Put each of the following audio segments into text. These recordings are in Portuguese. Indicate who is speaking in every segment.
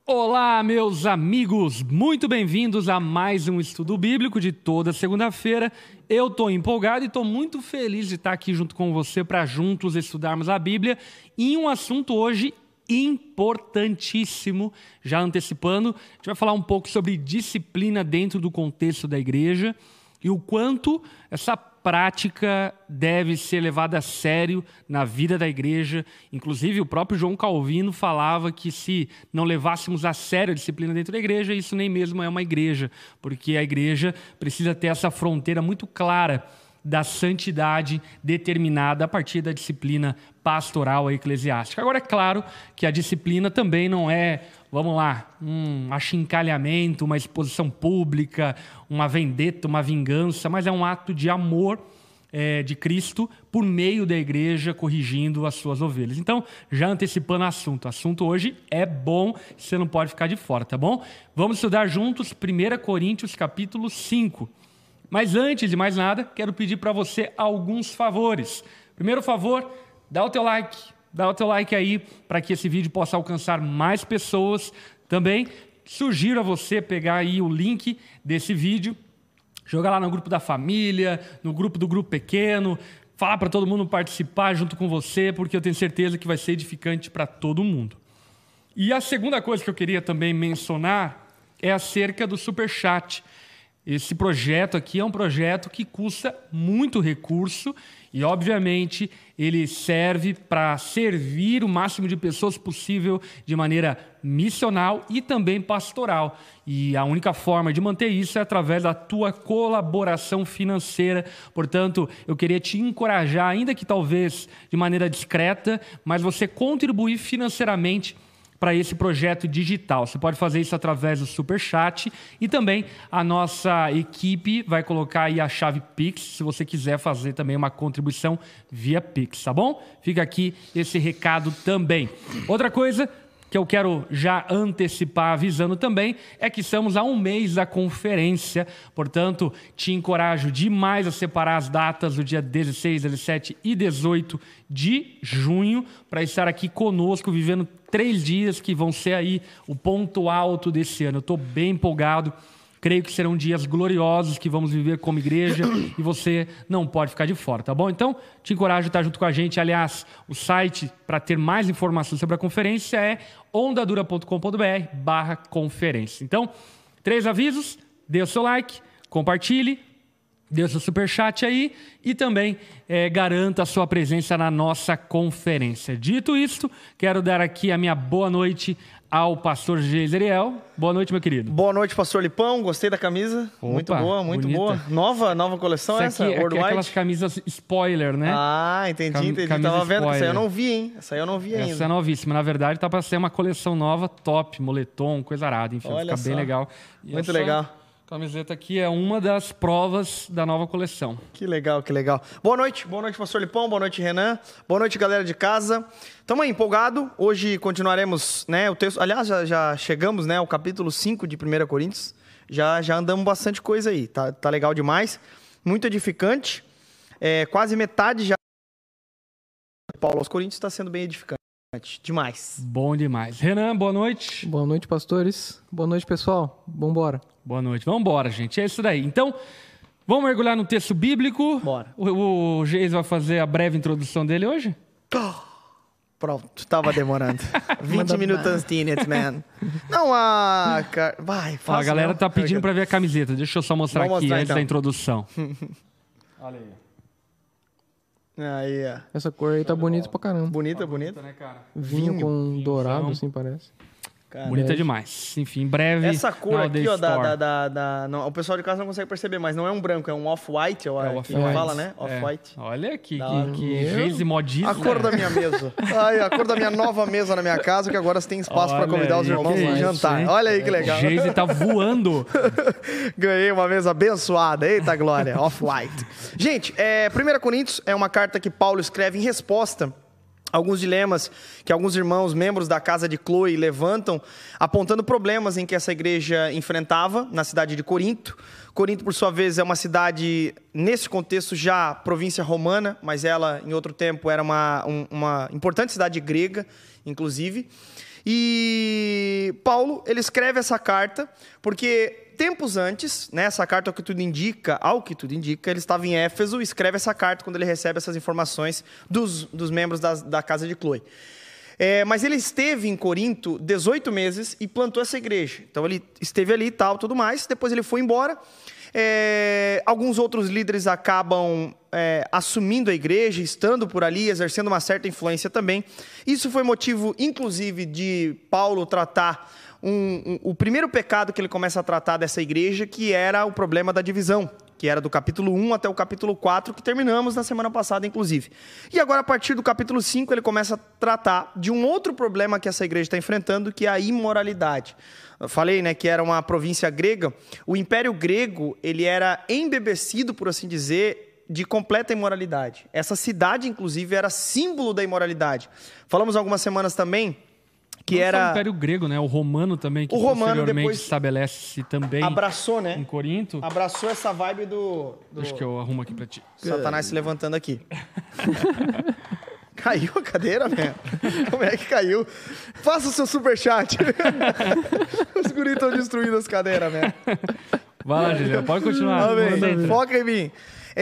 Speaker 1: Olá, meus amigos! Muito bem-vindos a mais um estudo bíblico de toda segunda-feira. Eu estou empolgado e estou muito feliz de estar aqui junto com você para juntos estudarmos a Bíblia em um assunto hoje importantíssimo. Já antecipando, a gente vai falar um pouco sobre disciplina dentro do contexto da igreja e o quanto essa prática deve ser levada a sério na vida da igreja. Inclusive, o próprio João Calvino falava que se não levássemos a sério a disciplina dentro da igreja, isso nem mesmo é uma igreja, porque a igreja precisa ter essa fronteira muito clara da santidade determinada a partir da disciplina pastoral eclesiástica. Agora, é claro que a disciplina também não é, vamos lá, um achincalhamento, uma exposição pública, uma vendetta, uma vingança, mas é um ato de amor de Cristo por meio da igreja corrigindo as suas ovelhas. Então, já antecipando o assunto hoje é bom, você não pode ficar de fora, tá bom? Vamos estudar juntos 1 Coríntios capítulo 5. Mas antes de mais nada, quero pedir para você alguns favores. Primeiro favor, dá o teu like aí para que esse vídeo possa alcançar mais pessoas. Também sugiro a você pegar aí o link desse vídeo, jogar lá no grupo da família, no grupo do grupo pequeno, falar para todo mundo participar junto com você, porque eu tenho certeza que vai ser edificante para todo mundo. E a segunda coisa que eu queria também mencionar é acerca do Superchat. Esse projeto aqui é um projeto que custa muito recurso e, obviamente, ele serve para servir o máximo de pessoas possível de maneira missional e também pastoral. E a única forma de manter isso é através da tua colaboração financeira. Portanto, eu queria te encorajar, ainda que talvez de maneira discreta, mas você contribuir financeiramente para esse projeto digital. Você pode fazer isso através do Superchat e também a nossa equipe vai colocar aí a chave Pix, se você quiser fazer também uma contribuição via Pix, tá bom? Fica aqui esse recado também. Outra coisa que eu quero já antecipar avisando também é que estamos a um mês da conferência, portanto, te encorajo demais a separar as datas do dia 16, 17 e 18 de junho para estar aqui conosco, vivendo 3 dias que vão ser aí o ponto alto desse ano. Eu estou bem empolgado. Creio que serão dias gloriosos que vamos viver como igreja e você não pode ficar de fora, tá bom? Então, te encorajo a estar junto com a gente. Aliás, o site para ter mais informações sobre a conferência é ondadura.com.br/conferência. Então, 3 avisos, dê o seu like, compartilhe, dê o seu superchat aí e também garanta a sua presença na nossa conferência. Dito isto, quero dar aqui a minha boa noite ao pastor Geiseriel. Boa noite, meu querido.
Speaker 2: Boa noite, pastor Lipão. Gostei da camisa.
Speaker 1: Opa,
Speaker 2: muito boa, muito
Speaker 1: bonita.
Speaker 2: boa. Nova coleção essa?
Speaker 1: World White? Aquelas camisas spoiler, né?
Speaker 2: Ah, entendi. Tava vendo que essa aí eu não vi, hein? Essa aí eu não vi ainda.
Speaker 1: Essa é novíssima. Na verdade, tá para ser uma coleção nova, top, moletom, coisa arada. Enfim,
Speaker 2: olha
Speaker 1: fica
Speaker 2: só.
Speaker 1: Bem legal.
Speaker 2: E muito legal.
Speaker 1: A camiseta aqui é uma das provas da nova coleção.
Speaker 2: Que legal, que legal. Boa noite, pastor Lipão, boa noite, Renan. Boa noite, galera de casa. Estamos aí empolgado. Hoje continuaremos, né, o texto. Aliás, já chegamos, né, ao capítulo 5 de 1 Coríntios. Já andamos bastante coisa aí. Tá legal demais. Muito edificante. Quase metade já. Paulo aos Coríntios está sendo bem edificante. Demais.
Speaker 1: Bom demais. Renan, boa noite.
Speaker 3: Boa noite, pastores. Boa noite, pessoal. Vambora.
Speaker 1: Boa noite. Vamos embora, gente. É isso daí. Então, vamos mergulhar no texto bíblico.
Speaker 2: Bora.
Speaker 1: O Geis vai fazer a breve introdução dele hoje?
Speaker 2: Pronto, tava demorando. 20 minutos antes, man. Não, vai, faz.
Speaker 1: A galera tá pedindo para ver a camiseta. Deixa eu só mostrar aqui
Speaker 2: mostrar,
Speaker 1: antes
Speaker 2: então
Speaker 1: da introdução. Olha aí.
Speaker 2: Aí, ó.
Speaker 3: Essa cor aí tá bonita pra caramba.
Speaker 2: Bonita.
Speaker 1: né, cara?
Speaker 3: Vinho com dourado,
Speaker 1: então.
Speaker 3: assim, parece.
Speaker 2: Cara,
Speaker 1: Bonita demais. Enfim, em breve.
Speaker 2: essa cor aqui, ó,
Speaker 1: Store.
Speaker 2: não, o pessoal de casa não consegue perceber, mas não é um branco, é um off-white, que
Speaker 1: off-white.
Speaker 2: fala, né? Off-white.
Speaker 1: Olha que
Speaker 2: hora.
Speaker 1: Geis e modista.
Speaker 2: A cor da minha mesa. A cor da minha nova mesa na minha casa, que agora você tem espaço para convidar os irmãos
Speaker 1: que
Speaker 2: para
Speaker 1: isso,
Speaker 2: jantar.
Speaker 1: hein?
Speaker 2: Olha aí que legal.
Speaker 1: Geis tá voando.
Speaker 2: Ganhei uma mesa abençoada. Eita glória, off-white. Gente, 1 Coríntios é uma carta que Paulo escreve em resposta alguns dilemas que alguns irmãos, membros da casa de Cloe, levantam, apontando problemas em que essa igreja enfrentava na cidade de Corinto. Corinto, por sua vez, é uma cidade, nesse contexto, já província romana, mas ela, em outro tempo, era uma importante cidade grega, inclusive. E Paulo, ele escreve essa carta porque tempos antes, né, essa carta ao que tudo indica, ele estava em Éfeso e escreve essa carta quando ele recebe essas informações dos membros da casa de Cloe. Mas ele esteve em Corinto 18 meses e plantou essa igreja. Então ele esteve ali e tal, tudo mais. Depois ele foi embora. Alguns outros líderes acabam assumindo a igreja, estando por ali, exercendo uma certa influência também. Isso foi motivo, inclusive, de Paulo tratar o primeiro pecado que ele começa a tratar dessa igreja, que era o problema da divisão, que era do capítulo 1 até o capítulo 4, que terminamos na semana passada, inclusive. E agora, a partir do capítulo 5, ele começa a tratar de um outro problema que essa igreja está enfrentando, que é a imoralidade. Eu falei, né, que era uma província grega. O Império Grego, ele era embebecido, por assim dizer, de completa imoralidade. Essa cidade, inclusive, era símbolo da imoralidade. Falamos algumas semanas também que
Speaker 1: não
Speaker 2: era
Speaker 1: só o Império Grego, né? O romano também, que posteriormente depois estabelece-se também
Speaker 2: abraçou, né?
Speaker 1: Em Corinto.
Speaker 2: Abraçou essa vibe do...
Speaker 1: Deixa que eu arrumo aqui pra ti.
Speaker 2: Satanás se levantando aqui. Caiu a cadeira, velho? Como é que caiu? Faça o seu superchat. Os guris estão destruindo as cadeiras, velho.
Speaker 1: Vai lá, Julião. Pode continuar.
Speaker 2: Foca em mim.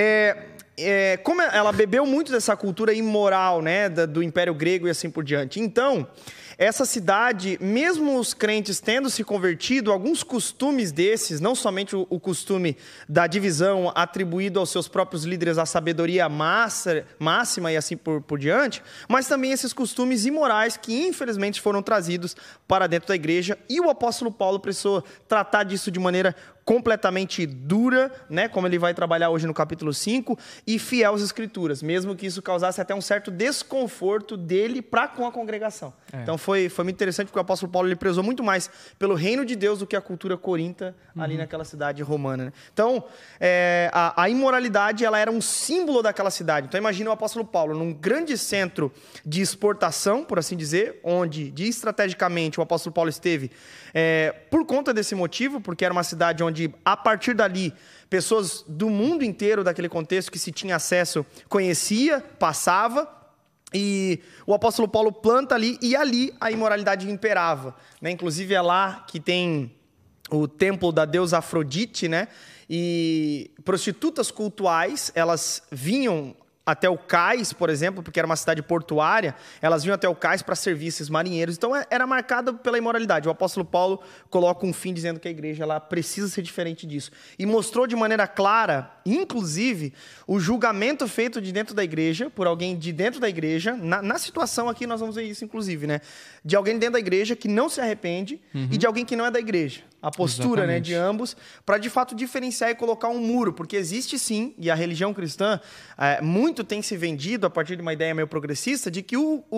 Speaker 2: Como ela bebeu muito dessa cultura imoral, né, do Império Grego e assim por diante. Então, essa cidade, mesmo os crentes tendo se convertido, alguns costumes desses, não somente o costume da divisão atribuído aos seus próprios líderes, a sabedoria máxima e assim por diante, mas também esses costumes imorais que infelizmente foram trazidos para dentro da igreja, e o apóstolo Paulo precisou tratar disso de maneira completamente dura, né, como ele vai trabalhar hoje no capítulo 5, e fiel às escrituras, mesmo que isso causasse até um certo desconforto dele para com a congregação. Então foi muito interessante, porque o apóstolo Paulo ele prezou muito mais pelo reino de Deus do que a cultura corinta ali naquela cidade romana, né? Então, a imoralidade ela era um símbolo daquela cidade. Então imagina o apóstolo Paulo num grande centro de exportação, por assim dizer, onde estrategicamente o apóstolo Paulo esteve por conta desse motivo, porque era uma cidade onde, a partir dali, pessoas do mundo inteiro daquele contexto que se tinha acesso conhecia, passava, e o apóstolo Paulo planta ali, e ali a imoralidade imperava, né? Inclusive é lá que tem o templo da deusa Afrodite, né? E prostitutas cultuais, elas vinham até o cais, por exemplo, porque era uma cidade portuária, elas vinham até o cais para servir esses marinheiros. Então, era marcada pela imoralidade. O apóstolo Paulo coloca um fim dizendo que a igreja ela precisa ser diferente disso. E mostrou de maneira clara, inclusive, o julgamento feito de dentro da igreja, por alguém de dentro da igreja, na situação aqui nós vamos ver isso, inclusive, né? De alguém dentro da igreja que não se arrepende e de alguém que não é da igreja. A postura, né, de ambos, para de fato diferenciar e colocar um muro, porque existe sim, e a religião cristã, muito tem se vendido a partir de uma ideia meio progressista, de que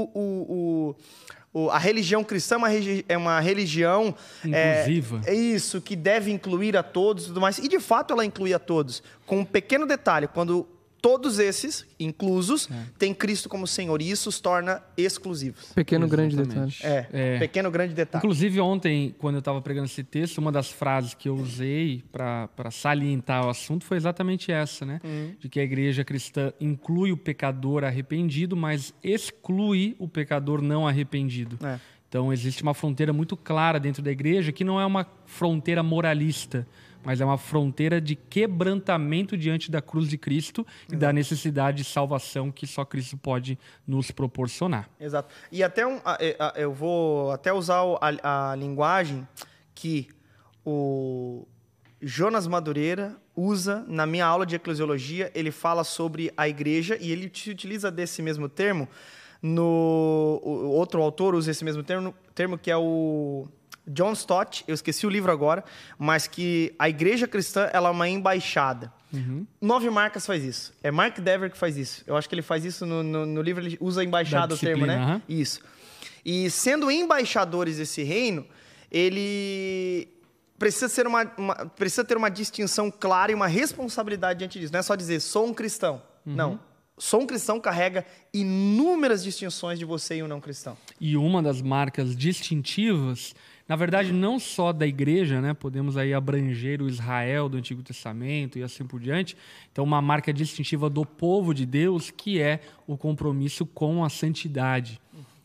Speaker 2: a religião cristã é uma religião
Speaker 1: inclusiva.
Speaker 2: Isso, que deve incluir a todos e tudo mais. E de fato ela inclui a todos, com um pequeno detalhe, quando todos esses, inclusos, têm Cristo como Senhor, e isso os torna exclusivos.
Speaker 3: Pequeno grande detalhe.
Speaker 2: Pequeno grande detalhe.
Speaker 1: Inclusive, ontem, quando eu estava pregando esse texto, uma das frases que eu usei para salientar o assunto foi exatamente essa, né? De que a igreja cristã inclui o pecador arrependido, mas exclui o pecador não arrependido. Então, existe uma fronteira muito clara dentro da igreja, que não é uma fronteira moralista, mas é uma fronteira de quebrantamento diante da cruz de Cristo e da necessidade de salvação que só Cristo pode nos proporcionar.
Speaker 2: Exato. E até eu vou até usar a linguagem que o Jonas Madureira usa na minha aula de eclesiologia. Ele fala sobre a igreja e ele se utiliza desse mesmo termo. O outro autor usa esse mesmo termo que é o John Stott, eu esqueci o livro agora, mas que a igreja cristã ela é uma embaixada. 9 Marcas faz isso. É Mark Dever que faz isso. Eu acho que ele faz isso no livro, ele usa embaixada o termo, né? Isso. E sendo embaixadores desse reino, ele precisa ter uma distinção clara e uma responsabilidade diante disso. Não é só dizer, sou um cristão. Não. Sou um cristão carrega inúmeras distinções de você e um não cristão.
Speaker 1: E uma das marcas distintivas, na verdade, não só da igreja, né? Podemos aí abranger o Israel do Antigo Testamento e assim por diante. Então, uma marca distintiva do povo de Deus, que é o compromisso com a santidade.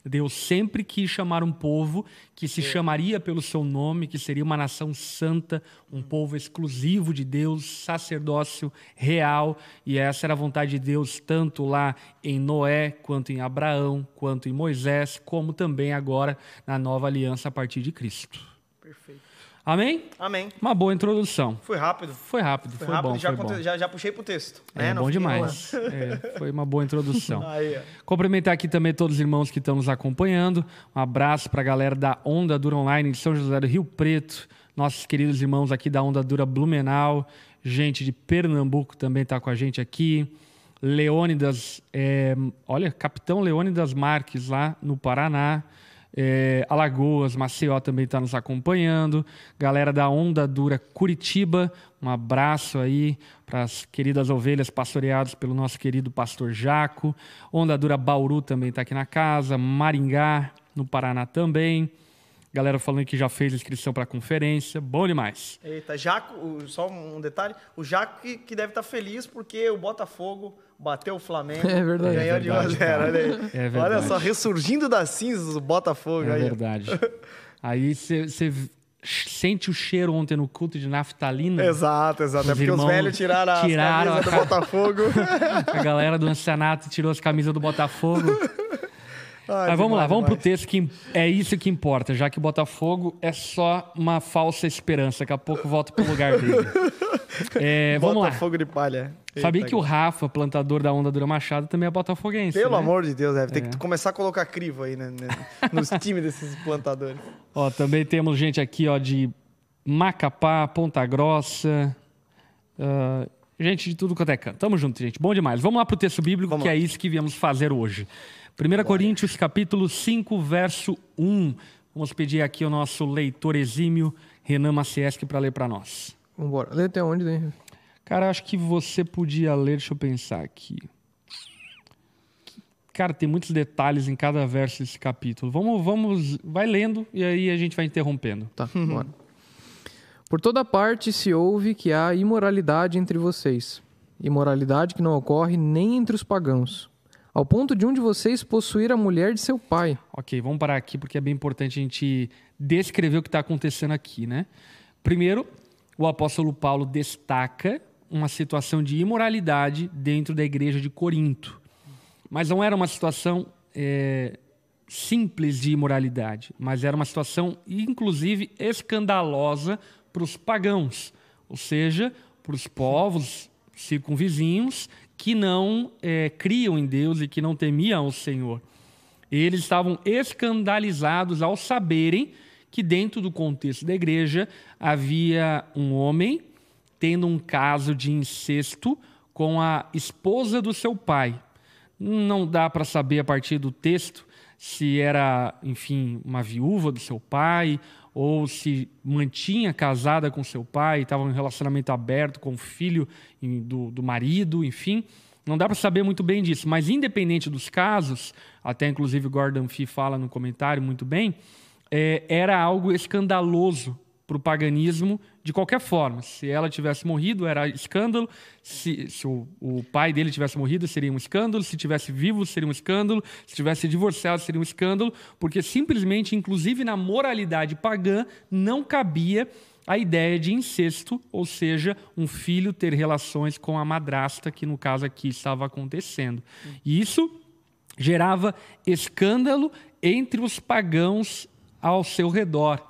Speaker 1: Deus sempre quis chamar um povo que se chamaria pelo seu nome, que seria uma nação santa, um povo exclusivo de Deus, sacerdócio real. E essa era a vontade de Deus, tanto lá em Noé, quanto em Abraão, quanto em Moisés, como também agora na nova aliança a partir de Cristo.
Speaker 2: Perfeito.
Speaker 1: Amém?
Speaker 2: Amém.
Speaker 1: Uma boa introdução.
Speaker 2: Foi rápido.
Speaker 1: Foi rápido, foi bom.
Speaker 2: Já,
Speaker 1: foi bom.
Speaker 2: já puxei pro texto.
Speaker 1: É
Speaker 2: Não
Speaker 1: bom
Speaker 2: fiquei
Speaker 1: demais. Foi uma boa introdução.
Speaker 2: Aí, ó.
Speaker 1: Cumprimentar aqui também todos os irmãos que estão nos acompanhando. Um abraço para a galera da Onda Dura Online de São José do Rio Preto. Nossos queridos irmãos aqui da Onda Dura Blumenau. Gente de Pernambuco também está com a gente aqui. Leônidas, Capitão Leônidas Marques lá no Paraná. Alagoas, Maceió também está nos acompanhando. Galera da Onda Dura Curitiba, um abraço aí para as queridas ovelhas pastoreadas pelo nosso querido pastor Jaco. Onda Dura Bauru também está aqui na casa. Maringá, no Paraná também. Galera falando que já fez inscrição para a conferência. Bom demais.
Speaker 2: Eita, Jaco, só um detalhe. O Jaco que deve estar feliz porque o Botafogo bateu o Flamengo.
Speaker 3: É verdade.
Speaker 2: Ganhou de 1-0. Olha aí.
Speaker 1: É verdade.
Speaker 2: Olha só, ressurgindo das cinzas o Botafogo.
Speaker 1: É
Speaker 2: aí.
Speaker 1: verdade. Aí você sente o cheiro ontem no culto de naftalina.
Speaker 2: Exato. É porque os
Speaker 1: irmãos
Speaker 2: velhos tiraram as camisas do Botafogo.
Speaker 1: A galera do ancianato tirou as camisas do Botafogo.
Speaker 2: Ai,
Speaker 1: Mas vamos lá, vamos pro
Speaker 2: demais.
Speaker 1: texto, que é isso que importa, já que o Botafogo é só uma falsa esperança. Daqui a pouco volta pro lugar dele. Vamos lá.
Speaker 2: Botafogo de palha.
Speaker 1: Sabia
Speaker 2: Eita,
Speaker 1: que o Rafa, plantador da Onda Dura Machado, também é botafoguense,
Speaker 2: Pelo
Speaker 1: né?
Speaker 2: amor de Deus, deve ter que começar a colocar crivo aí nos times desses plantadores.
Speaker 1: Ó, também temos gente aqui, ó, de Macapá, Ponta Grossa, gente de tudo quanto é canto. Tamo junto, gente. Bom demais. Vamos lá pro texto bíblico,
Speaker 2: Vamos
Speaker 1: que
Speaker 2: lá.
Speaker 1: é isso que viemos fazer hoje. 1 Coríntios, capítulo 5, verso 1. Vamos pedir aqui ao nosso leitor exímio, Renan Macieski, para ler para nós.
Speaker 3: Vambora. Lê até onde, né?
Speaker 1: Cara, acho que você podia ler, deixa eu pensar aqui. Cara, tem muitos detalhes em cada verso desse capítulo. Vai lendo e aí a gente vai interrompendo.
Speaker 3: Tá, bora. Por toda parte se ouve que há imoralidade entre vocês. Imoralidade que não ocorre nem entre os pagãos. Ao ponto de um de vocês possuir a mulher de seu pai.
Speaker 1: Ok, vamos parar aqui porque é bem importante a gente descrever o que está acontecendo aqui, né? Primeiro, o apóstolo Paulo destaca uma situação de imoralidade dentro da igreja de Corinto. Mas não era uma situação simples de imoralidade, mas era uma situação, inclusive, escandalosa para os pagãos, ou seja, para os povos circunvizinhos que não criam em Deus e que não temiam o Senhor. Eles estavam escandalizados ao saberem que dentro do contexto da igreja havia um homem tendo um caso de incesto com a esposa do seu pai. Não dá para saber a partir do texto se era, enfim, uma viúva do seu pai ou se mantinha casada com seu pai, estava em um relacionamento aberto com o filho do marido, enfim. Não dá para saber muito bem disso, mas independente dos casos, até inclusive o Gordon Fee fala no comentário muito bem, era algo escandaloso para o paganismo de qualquer forma. Se ela tivesse morrido, era escândalo. Se o pai dele tivesse morrido, seria um escândalo. Se tivesse vivo, seria um escândalo. Se tivesse divorciado, seria um escândalo. Porque simplesmente, inclusive na moralidade pagã, não cabia a ideia de incesto, ou seja, um filho ter relações com a madrasta, que no caso aqui estava acontecendo. E isso gerava escândalo entre os pagãos ao seu redor.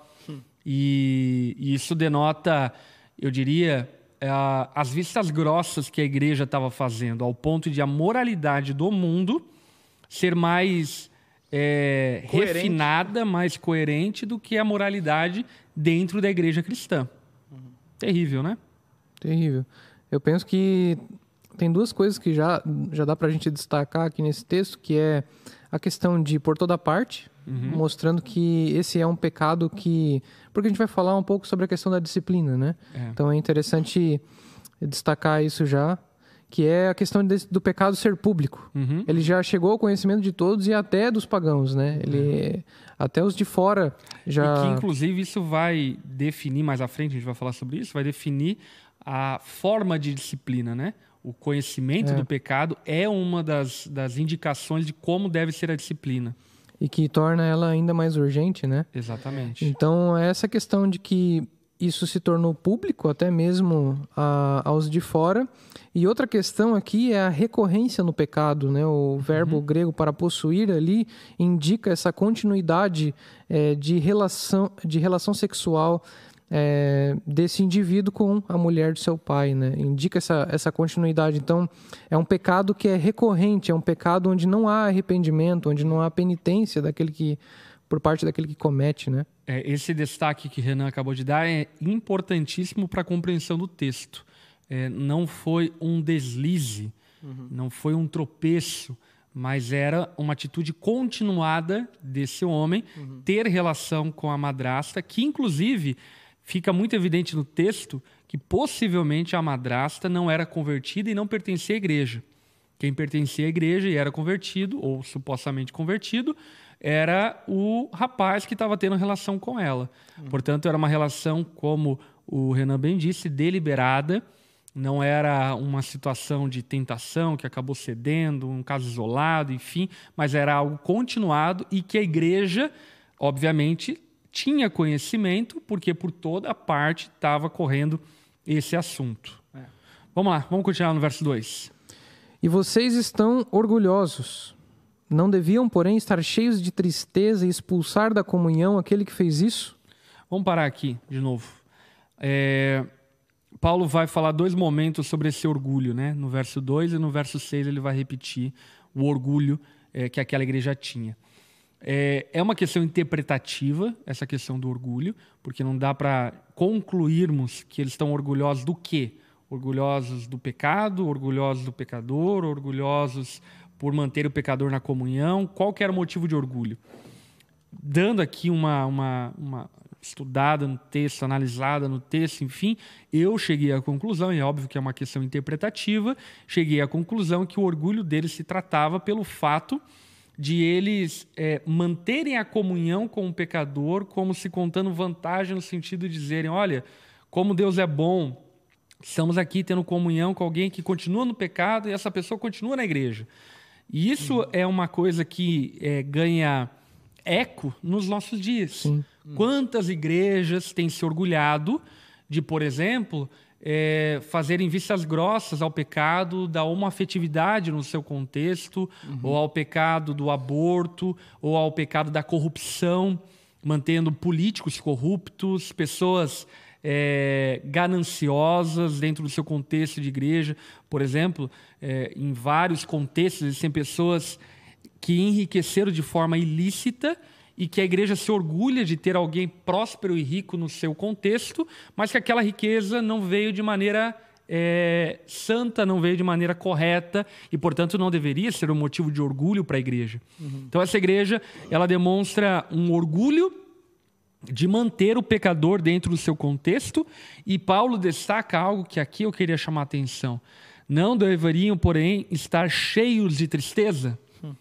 Speaker 1: E isso denota, eu diria, as vistas grossas que a igreja estava fazendo, ao ponto de a moralidade do mundo ser mais refinada, mais coerente do que a moralidade dentro da igreja cristã. Terrível, né?
Speaker 3: Terrível. Eu penso que tem duas coisas que já dá pra gente destacar aqui nesse texto, que é a questão de por toda parte, mostrando que esse é um pecado que... Porque a gente vai falar um pouco sobre a questão da disciplina, né? Então é interessante destacar isso já, que é a questão do pecado ser público. Ele já chegou ao conhecimento de todos e até dos pagãos, né? Até os de fora já...
Speaker 1: E que, inclusive, isso vai definir, mais à frente a gente vai falar sobre isso, vai definir a forma de disciplina, né? O conhecimento do pecado é uma das indicações de como deve ser a disciplina.
Speaker 3: e que torna ela ainda mais urgente, né?
Speaker 1: Exatamente.
Speaker 3: Então, essa questão de que isso se tornou público, até mesmo aos de fora. E outra questão aqui é a recorrência no pecado, né? O verbo grego para possuir ali indica essa continuidade de relação sexual desse indivíduo com a mulher de seu pai, né? Indica essa continuidade. Então, é um pecado que é recorrente, é um pecado onde não há arrependimento, onde não há penitência por parte daquele que comete, né?
Speaker 1: Esse destaque que Renan acabou de dar é importantíssimo para a compreensão do texto. Não foi um deslize, não foi um tropeço, mas era uma atitude continuada desse homem ter relação com a madrasta, que inclusive fica muito evidente no texto que possivelmente a madrasta não era convertida e não pertencia à igreja. Quem pertencia à igreja e era convertido, ou supostamente convertido, era o rapaz que estava tendo relação com ela. Portanto, era uma relação, como o Renan bem disse, deliberada. Não era uma situação de tentação que acabou cedendo, um caso isolado, enfim, mas era algo continuado e que a igreja, obviamente, tinha conhecimento, porque por toda a parte estava correndo esse assunto. Vamos lá, vamos continuar no verso 2.
Speaker 3: E vocês estão orgulhosos. Não deviam, porém, estar cheios de tristeza e expulsar da comunhão aquele que fez isso?
Speaker 1: Vamos parar aqui de novo. Paulo vai falar 2 momentos sobre esse orgulho, né? No verso 2 e no verso 6 ele vai repetir o orgulho que aquela igreja tinha. É uma questão interpretativa, essa questão do orgulho, porque não dá para concluirmos que eles estão orgulhosos do quê? Orgulhosos do pecado, orgulhosos do pecador, orgulhosos por manter o pecador na comunhão. Qual que era o motivo de orgulho? Dando aqui uma estudada no texto, analisada no texto, enfim, eu cheguei à conclusão, e é óbvio que é uma questão interpretativa, cheguei à conclusão que o orgulho deles se tratava pelo fato de eles manterem a comunhão com o pecador como se contando vantagem no sentido de dizerem, olha, como Deus é bom, estamos aqui tendo comunhão com alguém que continua no pecado e essa pessoa continua na igreja. E isso é uma coisa que ganha eco nos nossos dias.
Speaker 3: Sim.
Speaker 1: Quantas igrejas têm se orgulhado de, por exemplo, fazerem vistas grossas ao pecado da homoafetividade no seu contexto, ou ao pecado do aborto, ou ao pecado da corrupção, mantendo políticos corruptos, pessoas gananciosas dentro do seu contexto de igreja. Por exemplo, em vários contextos existem pessoas que enriqueceram de forma ilícita e que a igreja se orgulha de ter alguém próspero e rico no seu contexto, mas que aquela riqueza não veio de maneira santa, não veio de maneira correta e, portanto, não deveria ser um motivo de orgulho para a igreja. Então, essa igreja ela demonstra um orgulho de manter o pecador dentro do seu contexto, e Paulo destaca algo que aqui eu queria chamar a atenção. Não deveriam, porém, estar cheios de tristeza.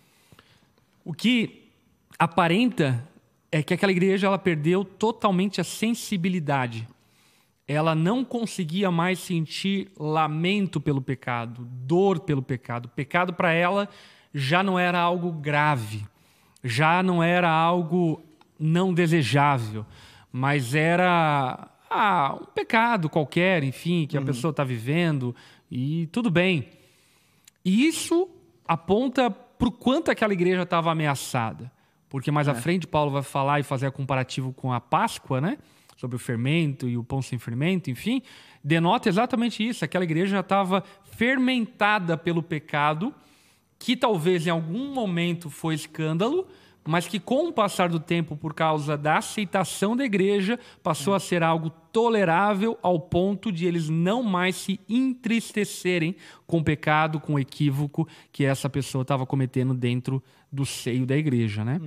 Speaker 1: O que aparenta é que aquela igreja ela perdeu totalmente a sensibilidade. Ela não conseguia mais sentir lamento pelo pecado, dor pelo pecado. O pecado para ela já não era algo grave, já não era algo não desejável, mas era um pecado qualquer, enfim, que a pessoa está vivendo e tudo bem. E isso aponta para o quanto aquela igreja estava ameaçada, porque mais à frente Paulo vai falar e fazer a comparativo com a Páscoa, né? Sobre o fermento e o pão sem fermento, enfim, denota exatamente isso. Aquela igreja já estava fermentada pelo pecado, que talvez em algum momento foi escândalo, mas que com o passar do tempo, por causa da aceitação da igreja, passou a ser algo tolerável ao ponto de eles não mais se entristecerem com o pecado, com o equívoco que essa pessoa estava cometendo dentro do seio da igreja, né?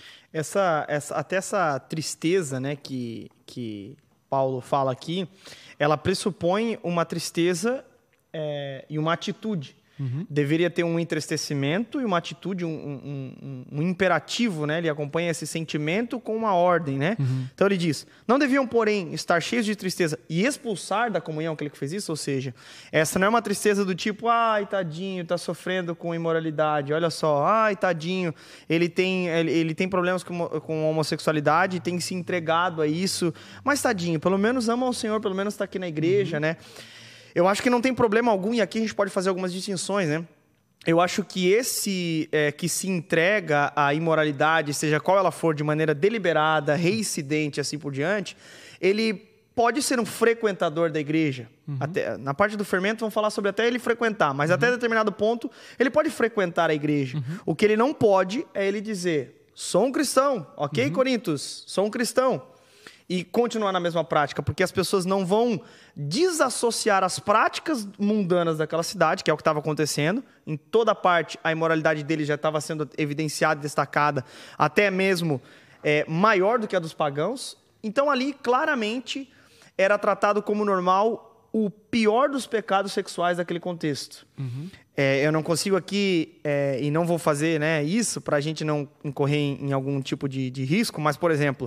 Speaker 2: Até essa tristeza, né, que Paulo fala aqui, ela pressupõe uma tristeza e uma atitude. deveria ter um entristecimento e uma atitude, um imperativo, né? Ele acompanha esse sentimento com uma ordem, né? Então ele diz, não deviam, porém, estar cheios de tristeza e expulsar da comunhão aquele que fez isso, ou seja, essa não é uma tristeza do tipo, ai, tadinho, tá sofrendo com imoralidade, olha só, ai, tadinho, ele tem problemas com homossexualidade, tem se entregado a isso, mas tadinho, pelo menos ama o Senhor, pelo menos está aqui na igreja, né? Eu acho que não tem problema algum, e aqui a gente pode fazer algumas distinções, né? Eu acho que esse que se entrega à imoralidade, seja qual ela for, de maneira deliberada, reincidente, assim por diante, ele pode ser um frequentador da igreja. Até, na parte do fermento, vamos falar sobre até ele frequentar, mas até determinado ponto, ele pode frequentar a igreja. O que ele não pode é ele dizer, sou um cristão, ok, Corintos? Sou um cristão. E continuar na mesma prática, porque as pessoas não vão desassociar as práticas mundanas daquela cidade, que é o que estava acontecendo. Em toda parte, a imoralidade dele já estava sendo evidenciada e destacada, até mesmo maior do que a dos pagãos. Então, ali, claramente, era tratado como normal o pior dos pecados sexuais daquele contexto. Eu não consigo aqui, e não vou fazer, né, isso para a gente não incorrer em algum tipo de risco, mas, por exemplo...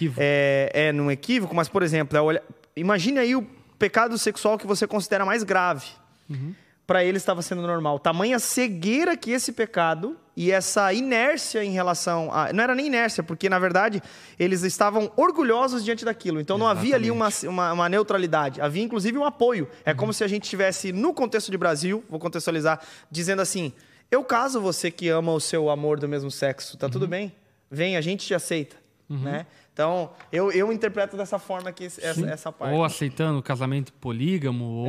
Speaker 2: num equívoco, mas, por exemplo, imagine aí o pecado sexual que você considera mais grave. Para ele estava sendo normal. Tamanha cegueira que esse pecado e essa inércia em relação a... Não era nem inércia, porque, na verdade, eles estavam orgulhosos diante daquilo. Então, não havia ali uma neutralidade. Havia, inclusive, um apoio. É como se a gente estivesse, no contexto de Brasil, vou contextualizar, dizendo assim, eu caso você que ama o seu amor do mesmo sexo, tá tudo bem? Vem, a gente te aceita. Né? Então, eu interpreto dessa forma aqui essa parte.
Speaker 1: Ou aceitando casamento polígamo, ou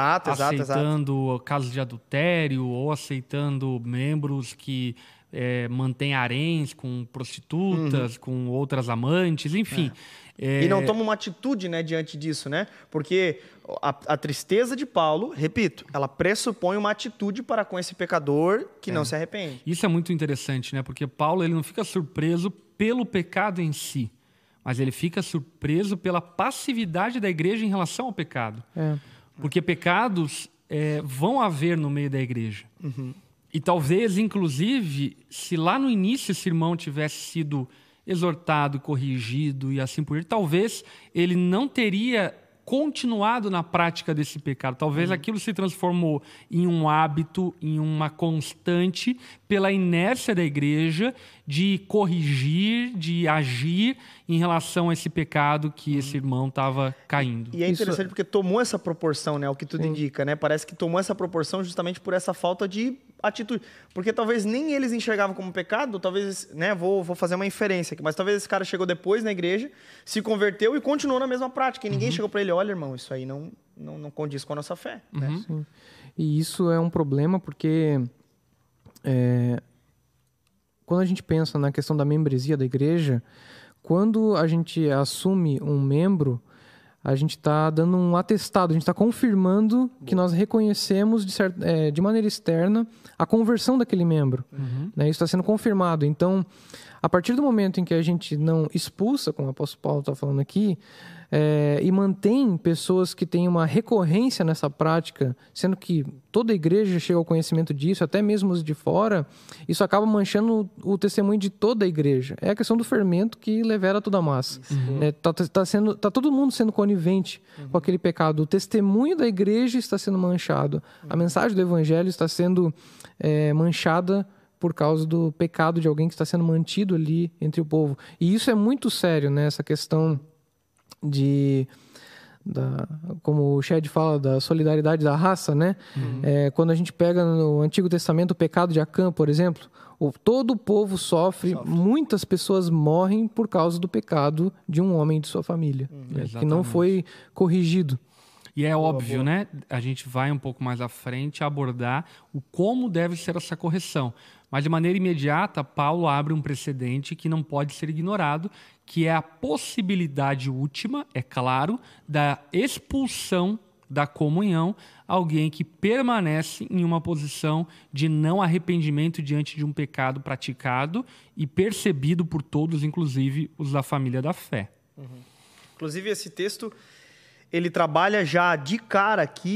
Speaker 1: aceitando casos de adultério, ou aceitando membros que mantêm haréns com prostitutas, com outras amantes, enfim.
Speaker 2: E não toma uma atitude, né, diante disso, né? Porque a tristeza de Paulo, repito, ela pressupõe uma atitude para com esse pecador que não se arrepende.
Speaker 1: Isso é muito interessante, né? Porque Paulo ele não fica surpreso pelo pecado em si, mas ele fica surpreso pela passividade da igreja em relação ao pecado. Porque pecados vão haver no meio da igreja. E talvez, inclusive, se lá no início esse irmão tivesse sido exortado, corrigido e assim por diante, talvez ele não teria continuado na prática desse pecado. Talvez aquilo se transformou em um hábito, em uma constante, pela inércia da igreja de corrigir, de agir em relação a esse pecado que esse irmão estava caindo.
Speaker 2: E é interessante porque tomou essa proporção, né? O que tudo indica, né? Parece que tomou essa proporção justamente por essa falta de atitude. Porque talvez nem eles enxergavam como pecado, talvez, né? Vou fazer uma inferência aqui, mas talvez esse cara chegou depois na igreja, se converteu e continuou na mesma prática. E ninguém chegou para ele, olha, irmão, isso aí não condiz com a nossa fé. Né?
Speaker 3: Sim. E isso é um problema porque quando a gente pensa na questão da membresia da igreja, quando a gente assume um membro, a gente está dando um atestado, a gente está confirmando que nós reconhecemos de maneira externa a conversão daquele membro. Né? Isso está sendo confirmado. Então, a partir do momento em que a gente não expulsa, como o apóstolo Paulo está falando aqui, e mantém pessoas que têm uma recorrência nessa prática, sendo que toda a igreja chega ao conhecimento disso, até mesmo os de fora, isso acaba manchando o testemunho de toda a igreja. É a questão do fermento que levera toda a massa. Tá todo mundo sendo conivente com aquele pecado. O testemunho da igreja está sendo manchado. A mensagem do evangelho está sendo manchada por causa do pecado de alguém que está sendo mantido ali entre o povo. E isso é muito sério, né? Essa questão como o Shed fala, da solidariedade da raça, né? Quando a gente pega no Antigo Testamento o pecado de Acã, por exemplo, todo o povo sofre, muitas pessoas morrem por causa do pecado de um homem de sua família, né? Que não foi corrigido.
Speaker 1: E é óbvio, né? A gente vai um pouco mais à frente abordar o como deve ser essa correção. Mas de maneira imediata, Paulo abre um precedente que não pode ser ignorado, que é a possibilidade última, é claro, da expulsão da comunhão alguém que permanece em uma posição de não arrependimento diante de um pecado praticado e percebido por todos, inclusive os da família da fé.
Speaker 2: Inclusive, esse texto, ele trabalha já de cara aqui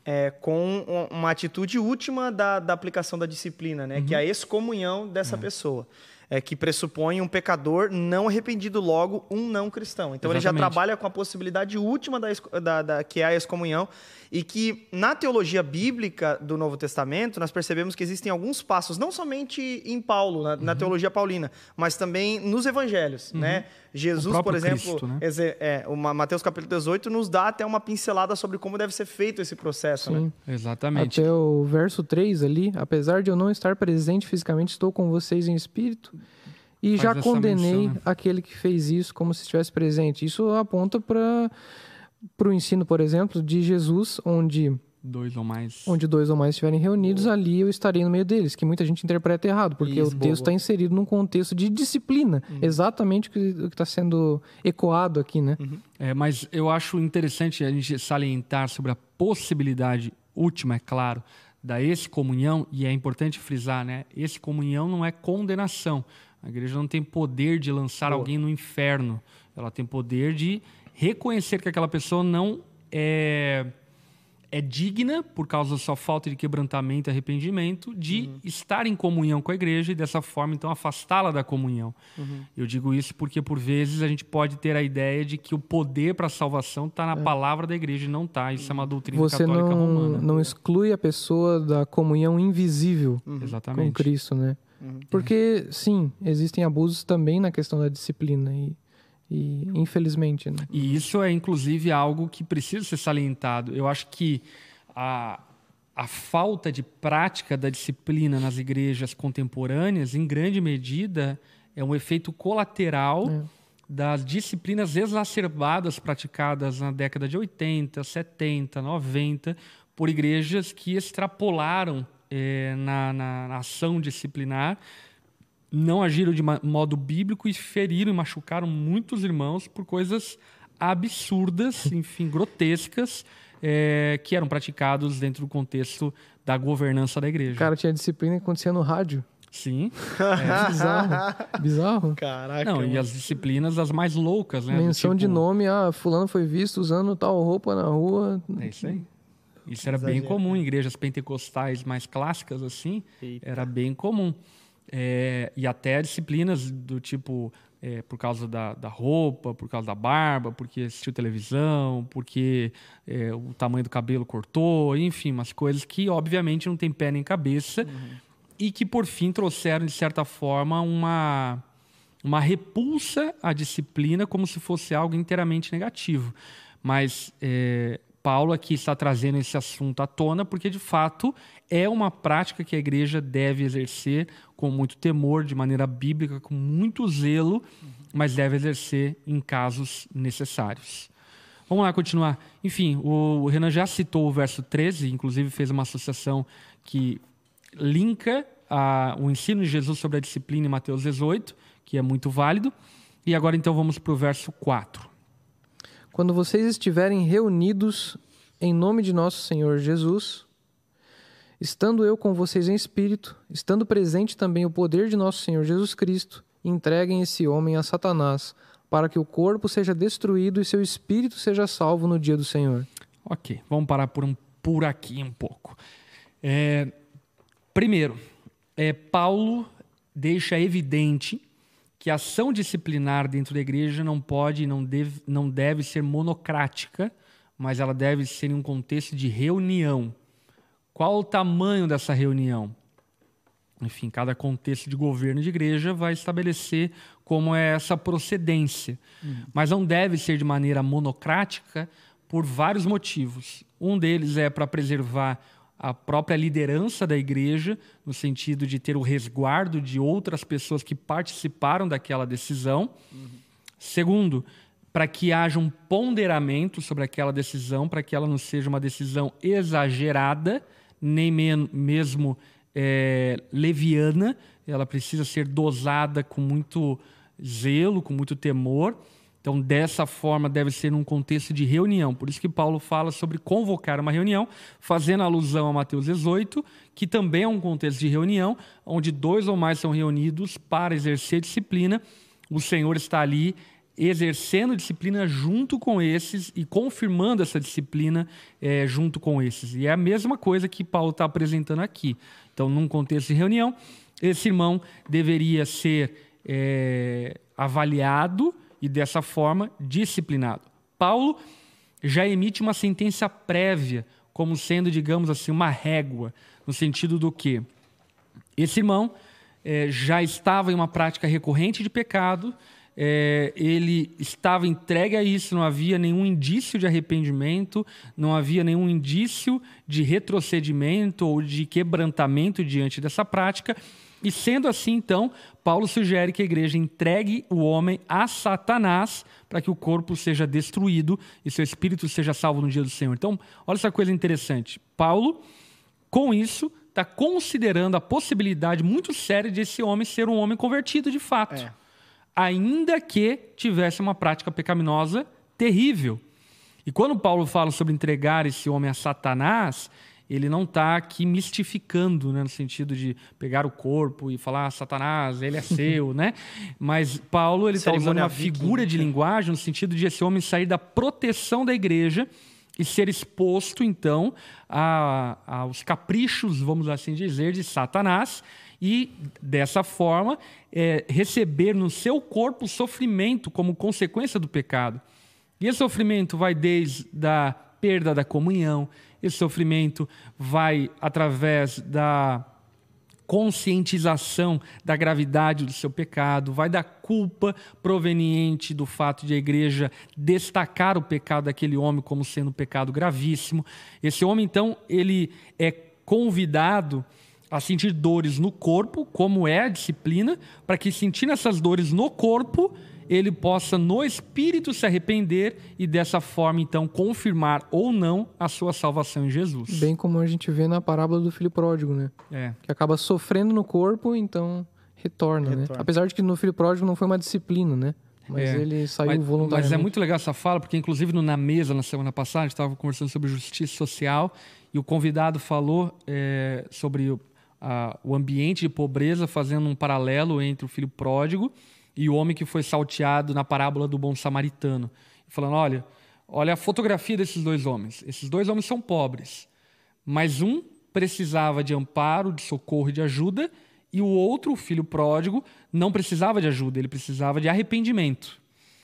Speaker 2: com uma atitude última da aplicação da disciplina, né? Que é a excomunhão dessa pessoa. Que pressupõe um pecador não arrependido, logo um não cristão. Então, ele já trabalha com a possibilidade última que é a excomunhão, e que na teologia bíblica do Novo Testamento nós percebemos que existem alguns passos, não somente em Paulo, na teologia paulina, mas também nos evangelhos, né? Jesus, por exemplo, Cristo, né? Mateus capítulo 18 nos dá até uma pincelada sobre como deve ser feito esse processo.
Speaker 3: Sim,
Speaker 2: né?
Speaker 1: Exatamente.
Speaker 3: Até o verso 3 ali, apesar de eu não estar presente fisicamente, estou com vocês em espírito, e já condenei menção, né? Aquele que fez isso como se estivesse presente. Isso aponta para o ensino, por exemplo, de Jesus, onde dois ou mais estiverem reunidos, ali eu estarei no meio deles, que muita gente interpreta errado, porque o texto está inserido num contexto de disciplina, exatamente o que está sendo ecoado aqui, né?
Speaker 1: Mas eu acho interessante a gente salientar sobre a possibilidade última, é claro, da excomunhão, e é importante frisar, né? Excomunhão não é condenação. A igreja não tem poder de lançar alguém no inferno. Ela tem poder de reconhecer que aquela pessoa não é digna, por causa da sua falta de quebrantamento e arrependimento, de estar em comunhão com a igreja e, dessa forma, então, afastá-la da comunhão. Eu digo isso porque, por vezes, a gente pode ter a ideia de que o poder para a salvação está na palavra da igreja e não está. Isso é uma doutrina católica romana.
Speaker 3: Você não exclui a pessoa da comunhão invisível com Cristo, né? Porque, sim, existem abusos também na questão da disciplina e infelizmente, né?
Speaker 1: E isso é, inclusive, algo que precisa ser salientado. Eu acho que a falta de prática da disciplina nas igrejas contemporâneas, em grande medida, é um efeito colateral das disciplinas exacerbadas praticadas na década de 80, 70, 90, por igrejas que extrapolaram na ação disciplinar, não agiram de modo bíblico e feriram e machucaram muitos irmãos por coisas absurdas, enfim, grotescas, que eram praticados dentro do contexto da governança da igreja.
Speaker 3: O cara tinha disciplina que acontecia no rádio.
Speaker 1: Sim.
Speaker 3: Bizarro.
Speaker 2: Caraca.
Speaker 1: Não, e as disciplinas as mais loucas, né?
Speaker 3: Menção de nome, fulano foi visto usando tal roupa na rua.
Speaker 1: É isso aí. Isso era bem comum em igrejas pentecostais mais clássicas, assim. Eita. Era bem comum. E até disciplinas do tipo, por causa da roupa, por causa da barba, porque assistiu televisão, porque o tamanho do cabelo cortou, enfim, umas coisas que obviamente não tem pé nem cabeça e que por fim trouxeram, de certa forma, uma repulsa à disciplina como se fosse algo inteiramente negativo. Mas Paulo aqui está trazendo esse assunto à tona porque, de fato, é uma prática que a igreja deve exercer com muito temor, de maneira bíblica, com muito zelo, mas deve exercer em casos necessários. Vamos lá, continuar. Enfim, o Renan já citou o verso 13, inclusive fez uma associação que linka o ensino de Jesus sobre a disciplina em Mateus 18, que é muito válido. E agora, então, vamos para o verso 4.
Speaker 3: Quando vocês estiverem reunidos em nome de nosso Senhor Jesus, estando eu com vocês em espírito, estando presente também o poder de nosso Senhor Jesus Cristo, entreguem esse homem a Satanás, para que o corpo seja destruído e seu espírito seja salvo no dia do Senhor.
Speaker 1: Ok, vamos parar por aqui um pouco. Primeiro, Paulo deixa evidente que a ação disciplinar dentro da igreja não pode e não deve ser monocrática, mas ela deve ser em um contexto de reunião. Qual o tamanho dessa reunião? Enfim, cada contexto de governo de igreja vai estabelecer como é essa procedência. Mas não deve ser de maneira monocrática por vários motivos. Um deles é para preservar a própria liderança da igreja, no sentido de ter o resguardo de outras pessoas que participaram daquela decisão. Segundo, para que haja um ponderamento sobre aquela decisão, para que ela não seja uma decisão exagerada, nem mesmo leviana. Ela precisa ser dosada com muito zelo, com muito temor. Então, dessa forma, deve ser num contexto de reunião. Por isso que Paulo fala sobre convocar uma reunião, fazendo alusão a Mateus 18, que também é um contexto de reunião, onde 2 ou mais são reunidos para exercer disciplina. O Senhor está ali exercendo disciplina junto com esses e confirmando essa disciplina junto com esses. E é a mesma coisa que Paulo está apresentando aqui. Então, num contexto de reunião, esse irmão deveria ser avaliado e, dessa forma, disciplinado. Paulo já emite uma sentença prévia, como sendo, digamos assim, uma régua, no sentido do que esse irmão já estava em uma prática recorrente de pecado, ele estava entregue a isso, não havia nenhum indício de arrependimento, não havia nenhum indício de retrocedimento ou de quebrantamento diante dessa prática. E sendo assim, então, Paulo sugere que a igreja entregue o homem a Satanás para que o corpo seja destruído e seu espírito seja salvo no dia do Senhor. Então, olha essa coisa interessante. Paulo, com isso, está considerando a possibilidade muito séria de esse homem ser um homem convertido de fato, ainda que tivesse uma prática pecaminosa terrível. E quando Paulo fala sobre entregar esse homem a Satanás, ele não está aqui mistificando, né, no sentido de pegar o corpo e falar, Satanás, ele é seu, né? Mas Paulo está usando uma figura de linguagem no sentido de esse homem sair da proteção da igreja e ser exposto, então, aos caprichos, vamos assim dizer, de Satanás e, dessa forma, receber no seu corpo sofrimento como consequência do pecado. E esse sofrimento vai desde a perda da comunhão, esse sofrimento vai através da conscientização da gravidade do seu pecado, vai da culpa proveniente do fato de a igreja destacar o pecado daquele homem como sendo um pecado gravíssimo. Esse homem, então, ele é convidado a sentir dores no corpo, como é a disciplina, para que, sentindo essas dores no corpo, ele possa, no espírito, se arrepender e, dessa forma, então, confirmar ou não a sua salvação em Jesus.
Speaker 3: Bem como a gente vê na parábola do filho pródigo, né? Que acaba sofrendo no corpo, então retorna, né? Apesar de que no filho pródigo não foi uma disciplina, né? Mas ele saiu voluntariamente.
Speaker 1: Mas é muito legal essa fala, porque, inclusive, Na Mesa, na semana passada, a gente estava conversando sobre justiça social e o convidado falou sobre o ambiente de pobreza, fazendo um paralelo entre o filho pródigo e o homem que foi salteado na parábola do bom samaritano. Falando, olha a fotografia desses dois homens. Esses dois homens são pobres, mas um precisava de amparo, de socorro e de ajuda, e o outro, o filho pródigo, não precisava de ajuda, ele precisava de arrependimento.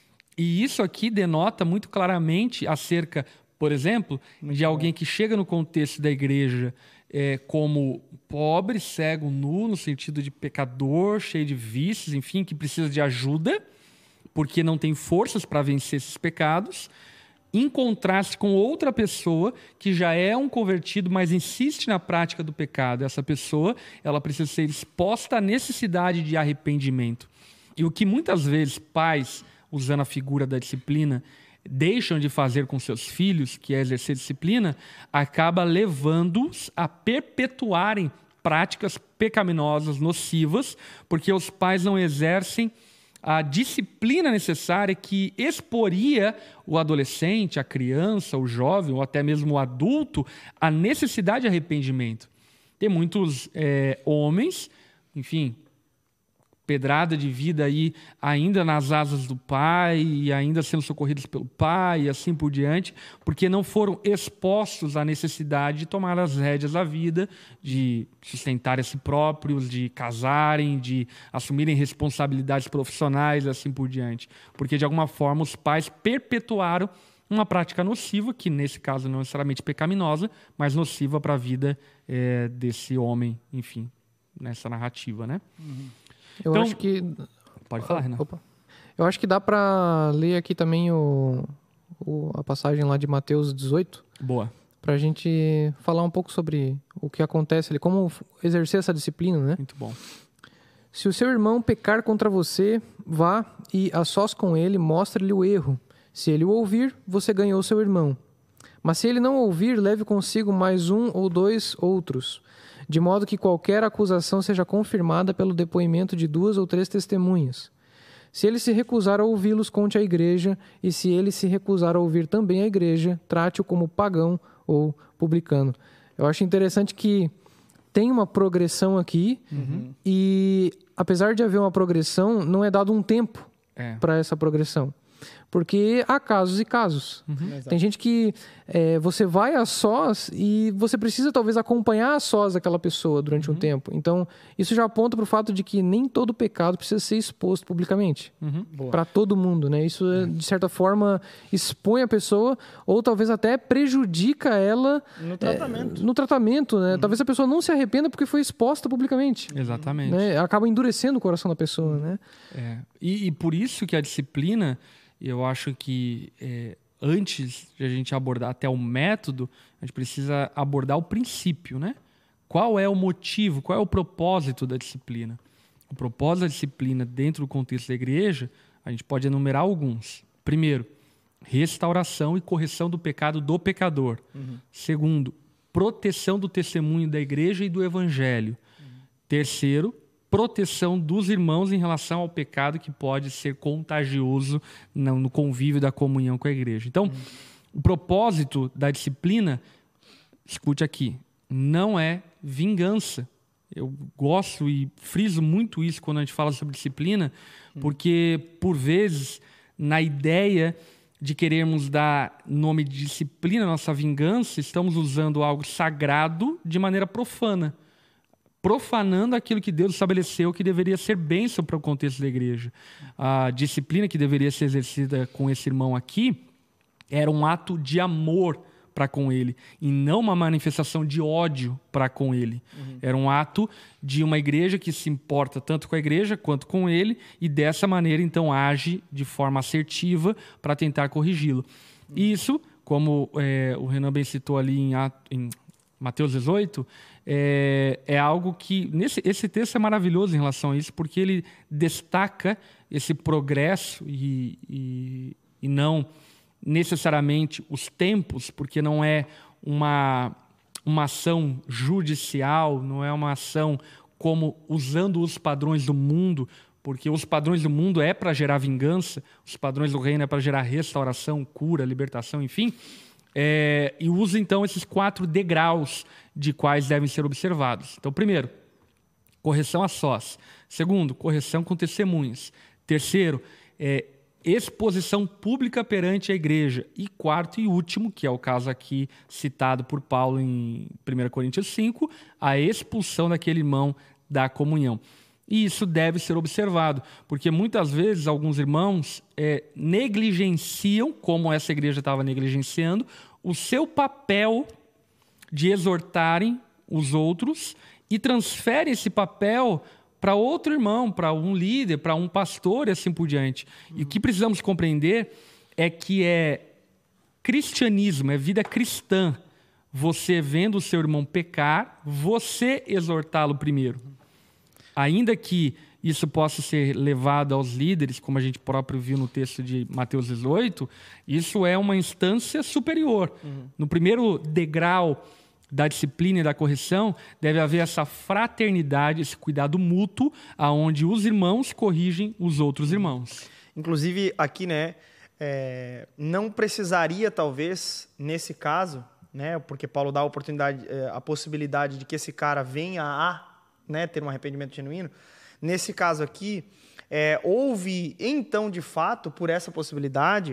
Speaker 1: E isso aqui denota muito claramente acerca, por exemplo, de alguém que chega no contexto da igreja como pobre, cego, nu, no sentido de pecador, cheio de vícios, enfim, que precisa de ajuda, porque não tem forças para vencer esses pecados, em contraste com outra pessoa que já é um convertido, mas insiste na prática do pecado. Essa pessoa, ela precisa ser exposta à necessidade de arrependimento. E o que muitas vezes pais, usando a figura da disciplina, deixam de fazer com seus filhos, que é exercer disciplina, acaba levando-os a perpetuarem práticas pecaminosas, nocivas, porque os pais não exercem a disciplina necessária que exporia o adolescente, a criança, o jovem ou até mesmo o adulto à necessidade de arrependimento. Tem muitos homens, enfim, pedrada de vida aí ainda nas asas do pai e ainda sendo socorridos pelo pai e assim por diante, porque não foram expostos à necessidade de tomar as rédeas da vida, de sustentar a si próprios, de casarem, de assumirem responsabilidades profissionais e assim por diante. Porque, de alguma forma, os pais perpetuaram uma prática nociva, que nesse caso não necessariamente pecaminosa, mas nociva para a vida desse homem, enfim, nessa narrativa, né?
Speaker 3: Eu acho que...
Speaker 1: Pode falar, Renan.
Speaker 3: Eu acho que dá para ler aqui também a passagem lá de Mateus 18.
Speaker 1: Boa.
Speaker 3: Para a gente falar um pouco sobre o que acontece ali, como exercer essa disciplina, né?
Speaker 1: Muito bom.
Speaker 3: Se o seu irmão pecar contra você, vá e a sós com ele, mostre-lhe o erro. Se ele o ouvir, você ganhou seu irmão. Mas se ele não ouvir, leve consigo mais um ou dois outros, de modo que qualquer acusação seja confirmada pelo depoimento de 2 ou 3 testemunhas. Se ele se recusar a ouvi-los, conte à igreja, e se ele se recusar a ouvir também a igreja, trate-o como pagão ou publicano. Eu acho interessante que tem uma progressão aqui, e apesar de haver uma progressão, não é dado um tempo para essa progressão. Porque há casos e casos. Tem gente que você vai a sós e você precisa talvez acompanhar a sós aquela pessoa durante um tempo. Então, isso já aponta para o fato de que nem todo pecado precisa ser exposto publicamente. Para todo mundo, né? Isso, de certa forma, expõe a pessoa ou talvez até prejudica ela no tratamento, né? Talvez a pessoa não se arrependa porque foi exposta publicamente.
Speaker 1: Exatamente.
Speaker 3: Né? Acaba endurecendo o coração da pessoa, né?
Speaker 1: E por isso que a disciplina, eu acho que antes de a gente abordar até o método, a gente precisa abordar o princípio, né? Qual é o motivo, qual é o propósito da disciplina? O propósito da disciplina dentro do contexto da igreja, a gente pode enumerar alguns. Primeiro, restauração e correção do pecado do pecador. Segundo, proteção do testemunho da igreja e do evangelho. Terceiro, proteção dos irmãos em relação ao pecado que pode ser contagioso no convívio da comunhão com a igreja. Então, o propósito da disciplina, escute aqui, não é vingança. Eu gosto e friso muito isso quando a gente fala sobre disciplina, porque, por vezes, na ideia de querermos dar nome de disciplina à nossa vingança, estamos usando algo sagrado de maneira profana, profanando aquilo que Deus estabeleceu que deveria ser bênção para o contexto da igreja. A disciplina que deveria ser exercida com esse irmão aqui era um ato de amor para com ele, e não uma manifestação de ódio para com ele. Era um ato de uma igreja que se importa tanto com a igreja quanto com ele, e dessa maneira, então, age de forma assertiva para tentar corrigi-lo. Isso, como o Renan bem citou ali em Mateus 18, é algo que... Esse texto é maravilhoso em relação a isso, porque ele destaca esse progresso e não necessariamente os tempos, porque não é uma ação judicial, não é uma ação como usando os padrões do mundo, porque os padrões do mundo é para gerar vingança, os padrões do reino é para gerar restauração, cura, libertação, enfim. E usa, então, esses 4 degraus de quais devem ser observados. Então, primeiro, correção a sós. Segundo, correção com testemunhas. Terceiro, exposição pública perante a igreja. E quarto e último, que é o caso aqui citado por Paulo em 1 Coríntios 5, a expulsão daquele irmão da comunhão. E isso deve ser observado, porque muitas vezes alguns irmãos negligenciam, como essa igreja estava negligenciando, o seu papel de exortarem os outros e transferem esse papel para outro irmão, para um líder, para um pastor e assim por diante. E o que precisamos compreender é que cristianismo, é vida cristã. Você vendo o seu irmão pecar, você exortá-lo primeiro. Ainda que isso possa ser levado aos líderes, como a gente próprio viu no texto de Mateus 18, isso é uma instância superior. No primeiro degrau da disciplina e da correção, deve haver essa fraternidade, esse cuidado mútuo, aonde os irmãos corrigem os outros irmãos.
Speaker 2: Inclusive, aqui, né, não precisaria, talvez, nesse caso, né, porque Paulo dá a oportunidade, a possibilidade de que esse cara venha a ter um arrependimento genuíno. Nesse caso aqui, houve, então, de fato, por essa possibilidade,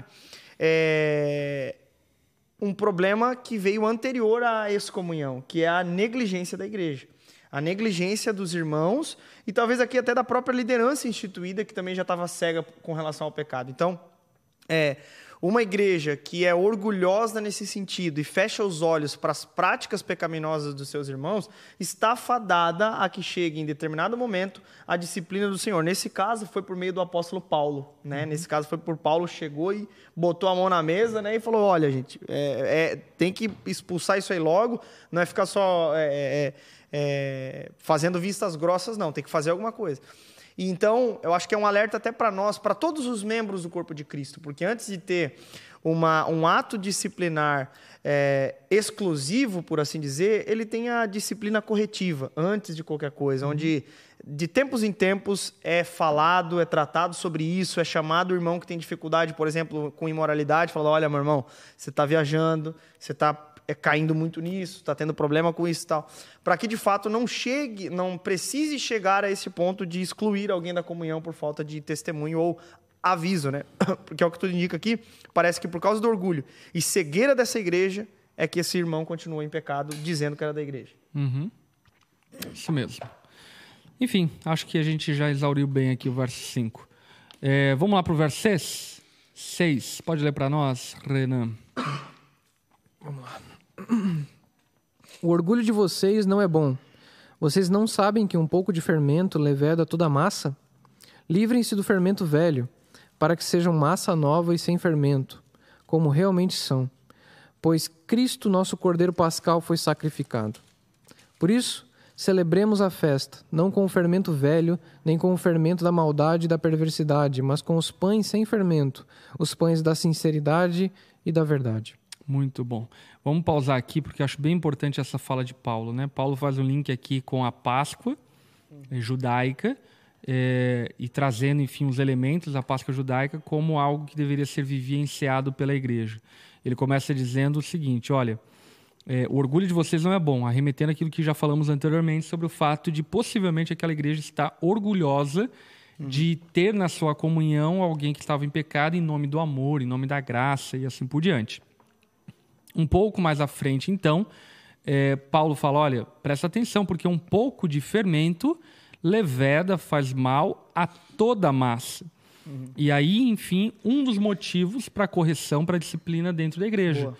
Speaker 2: um problema que veio anterior à excomunhão, que é a negligência da igreja. A negligência dos irmãos e talvez aqui até da própria liderança instituída, que também já estava cega com relação ao pecado. Então, uma igreja que é orgulhosa nesse sentido e fecha os olhos para as práticas pecaminosas dos seus irmãos, está fadada a que chegue em determinado momento a disciplina do Senhor. Nesse caso, foi por meio do apóstolo Paulo, né? Nesse caso, foi por Paulo, chegou e botou a mão na mesa, né? E falou, olha, gente, tem que expulsar isso aí logo, não é ficar só fazendo vistas grossas, não, tem que fazer alguma coisa. E então, eu acho que é um alerta até para nós, para todos os membros do corpo de Cristo, porque antes de ter um ato disciplinar exclusivo, por assim dizer, ele tem a disciplina corretiva, antes de qualquer coisa, onde de tempos em tempos é falado, é tratado sobre isso, é chamado o irmão que tem dificuldade, por exemplo, com imoralidade, fala, olha, meu irmão, você está viajando, você está caindo muito nisso, está tendo problema com isso e tal. Para que, de fato, não precise chegar a esse ponto de excluir alguém da comunhão por falta de testemunho ou aviso, né? Porque é o que tudo indica aqui, parece que por causa do orgulho e cegueira dessa igreja é que esse irmão continuou em pecado, dizendo que era da igreja.
Speaker 1: Uhum. Isso mesmo. Enfim, acho que a gente já exauriu bem aqui o verso 5. Vamos lá para o verso 6. Pode ler para nós, Renan?
Speaker 3: Vamos lá. O orgulho de vocês não é bom. Vocês não sabem que um pouco de fermento leveda toda a massa? Livrem-se do fermento velho, para que sejam massa nova e sem fermento, como realmente são. Pois Cristo, nosso Cordeiro Pascal, foi sacrificado. Por isso, celebremos a festa, não com o fermento velho, nem com o fermento da maldade e da perversidade, mas com os pães sem fermento, os pães da sinceridade e da verdade.
Speaker 1: Muito bom. Vamos pausar aqui, porque acho bem importante essa fala de Paulo, né? Paulo faz um link aqui com a Páscoa judaica, e trazendo, enfim, os elementos da Páscoa judaica como algo que deveria ser vivenciado pela igreja. Ele começa dizendo o seguinte, olha, o orgulho de vocês não é bom, arremetendo aquilo que já falamos anteriormente sobre o fato de possivelmente aquela igreja estar orgulhosa de ter na sua comunhão alguém que estava em pecado em nome do amor, em nome da graça e assim por diante. Um pouco mais à frente, então, Paulo fala, olha, presta atenção, porque um pouco de fermento leveda, faz mal a toda a massa. E aí, enfim, um dos motivos para a correção, para a disciplina dentro da igreja.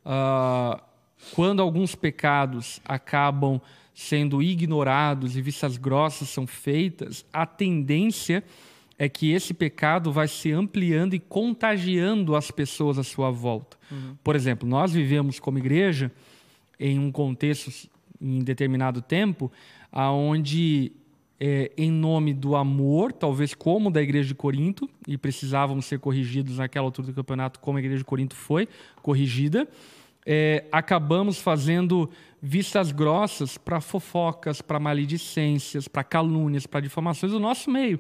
Speaker 1: Quando alguns pecados acabam sendo ignorados e vistas grossas são feitas, a tendência é que esse pecado vai se ampliando e contagiando as pessoas à sua volta. Por exemplo, nós vivemos como igreja em um contexto, em determinado tempo, onde, em nome do amor, talvez como da igreja de Corinto, e precisávamos ser corrigidos naquela altura do campeonato, como a igreja de Corinto foi corrigida, acabamos fazendo vistas grossas para fofocas, para maledicências, para calúnias, para difamações do nosso meio.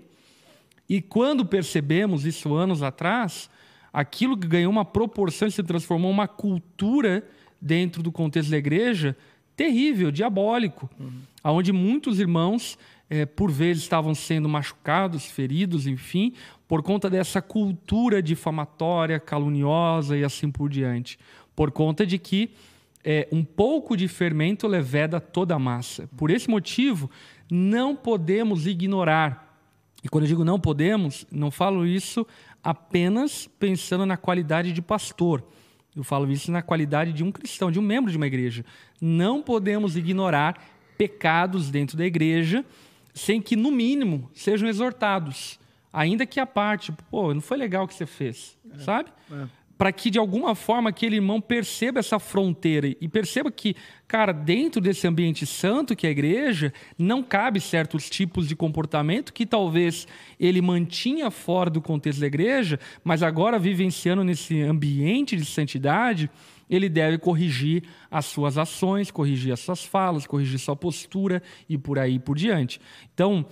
Speaker 1: E quando percebemos isso anos atrás, aquilo que ganhou uma proporção e se transformou em uma cultura dentro do contexto da igreja terrível, diabólico, onde muitos irmãos, por vezes, estavam sendo machucados, feridos, enfim, por conta dessa cultura difamatória, caluniosa e assim por diante. Por conta de que um pouco de fermento leveda toda a massa. Por esse motivo, não podemos ignorar. E quando eu digo não podemos, não falo isso apenas pensando na qualidade de pastor. Eu falo isso na qualidade de um cristão, de um membro de uma igreja. Não podemos ignorar pecados dentro da igreja sem que, no mínimo, sejam exortados. Ainda que a parte, pô, não foi legal o que você fez, sabe? Para que, de alguma forma, aquele irmão perceba essa fronteira e perceba que, cara, dentro desse ambiente santo que é a igreja, não cabe certos tipos de comportamento que talvez ele mantinha fora do contexto da igreja, mas agora, vivenciando nesse ambiente de santidade, ele deve corrigir as suas ações, corrigir as suas falas, corrigir sua postura e por aí por diante. Então,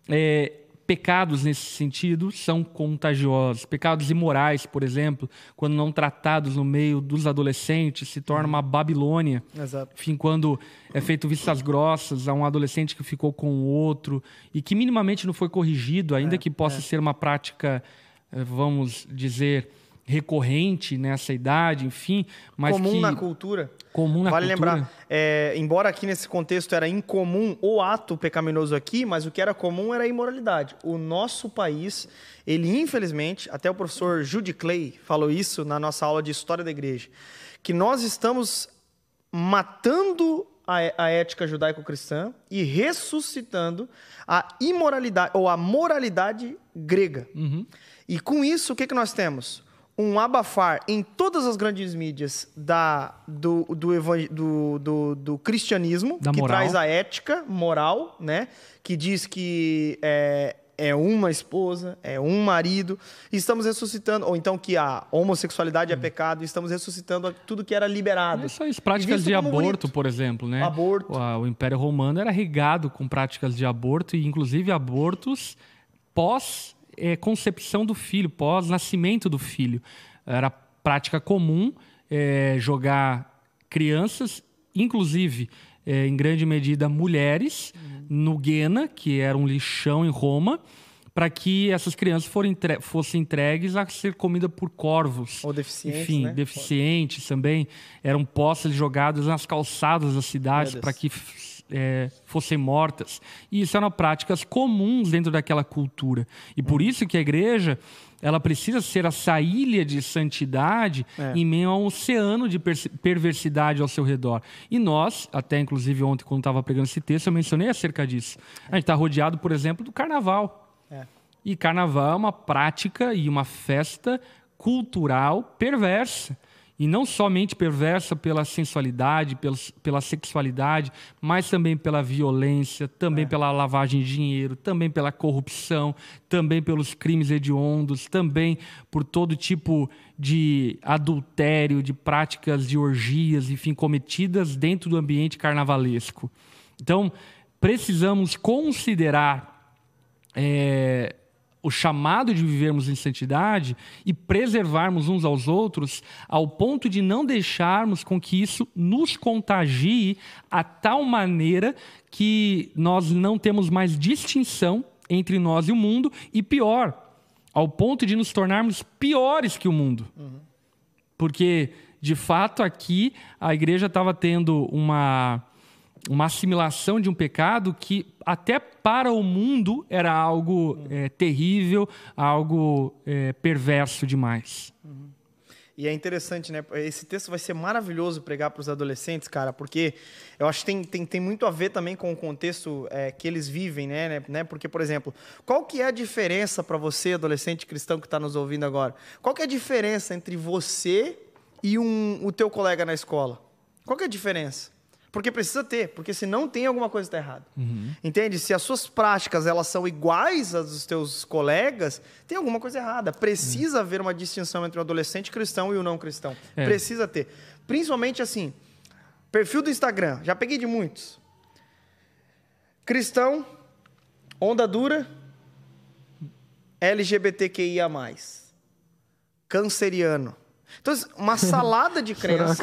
Speaker 1: pecados nesse sentido são contagiosos. Pecados imorais, por exemplo, quando não tratados no meio dos adolescentes, se torna uma Babilônia.
Speaker 2: Exato.
Speaker 1: Enfim, quando é feito vistas grossas a um adolescente que ficou com o outro e que minimamente não foi corrigido, ainda que possa ser uma prática, vamos dizer, recorrente nessa idade, enfim, mas
Speaker 2: comum
Speaker 1: que...
Speaker 2: na cultura.
Speaker 1: Comum na
Speaker 2: vale
Speaker 1: cultura.
Speaker 2: lembrar, embora aqui nesse contexto era incomum o ato pecaminoso aqui, mas o que era comum era a imoralidade. O nosso país, ele infelizmente, até o professor Jude Clay falou isso na nossa aula de História da Igreja, que nós estamos matando a ética judaico-cristã e ressuscitando a imoralidade ou a moralidade grega. E com isso, o que nós temos? Um abafar em todas as grandes mídias do cristianismo,
Speaker 1: da
Speaker 2: que
Speaker 1: moral.
Speaker 2: traz a ética moral, né? Que diz que é uma esposa, é um marido. E estamos ressuscitando, ou então que a homossexualidade é pecado, e estamos ressuscitando tudo que era liberado.
Speaker 1: Isso aí, práticas de aborto, bonito. Por exemplo, né?
Speaker 2: Aborto.
Speaker 1: O Império Romano era regado com práticas de aborto, e inclusive abortos pós concepção do filho, pós-nascimento do filho. Era prática comum jogar crianças, inclusive, em grande medida, mulheres, no Guiena, que era um lixão em Roma, para que essas crianças fossem entregues a ser comida por corvos.
Speaker 2: Ou deficientes,
Speaker 1: enfim,
Speaker 2: né?
Speaker 1: deficientes também. Eram postas jogadas nas calçadas da cidade para que fossem mortas. E isso eram práticas comuns dentro daquela cultura. E por isso que a igreja ela precisa ser essa ilha de santidade em meio a um oceano de perversidade ao seu redor. E nós, até inclusive ontem, quando estava pregando esse texto, eu mencionei acerca disso. A gente está rodeado, por exemplo, do carnaval. E carnaval é uma prática e uma festa cultural perversa. E não somente perversa pela sensualidade, pela sexualidade, mas também pela violência, também pela lavagem de dinheiro, também pela corrupção, também pelos crimes hediondos, também por todo tipo de adultério, de práticas de orgias, enfim, cometidas dentro do ambiente carnavalesco. Então, precisamos considerar o chamado de vivermos em santidade e preservarmos uns aos outros ao ponto de não deixarmos com que isso nos contagie a tal maneira que nós não temos mais distinção entre nós e o mundo e pior, ao ponto de nos tornarmos piores que o mundo. Porque, de fato, aqui a igreja estava tendo uma assimilação de um pecado que até para o mundo era algo terrível, algo perverso demais.
Speaker 2: E é interessante, né? Esse texto vai ser maravilhoso pregar para os adolescentes, cara, porque eu acho que tem muito a ver também com o contexto que eles vivem, né? Porque, por exemplo, qual que é a diferença para você, adolescente cristão que está nos ouvindo agora? Qual que é a diferença entre você e o teu colega na escola? Qual que é a diferença? Porque precisa ter, porque se não tem, alguma coisa está errada. Entende? Se as suas práticas elas são iguais às dos teus colegas, tem alguma coisa errada. Precisa haver uma distinção entre o adolescente cristão e o não cristão. Precisa ter. Principalmente assim, perfil do Instagram, já peguei de muitos. Cristão, onda dura, LGBTQIA+, canceriano. Então, uma salada de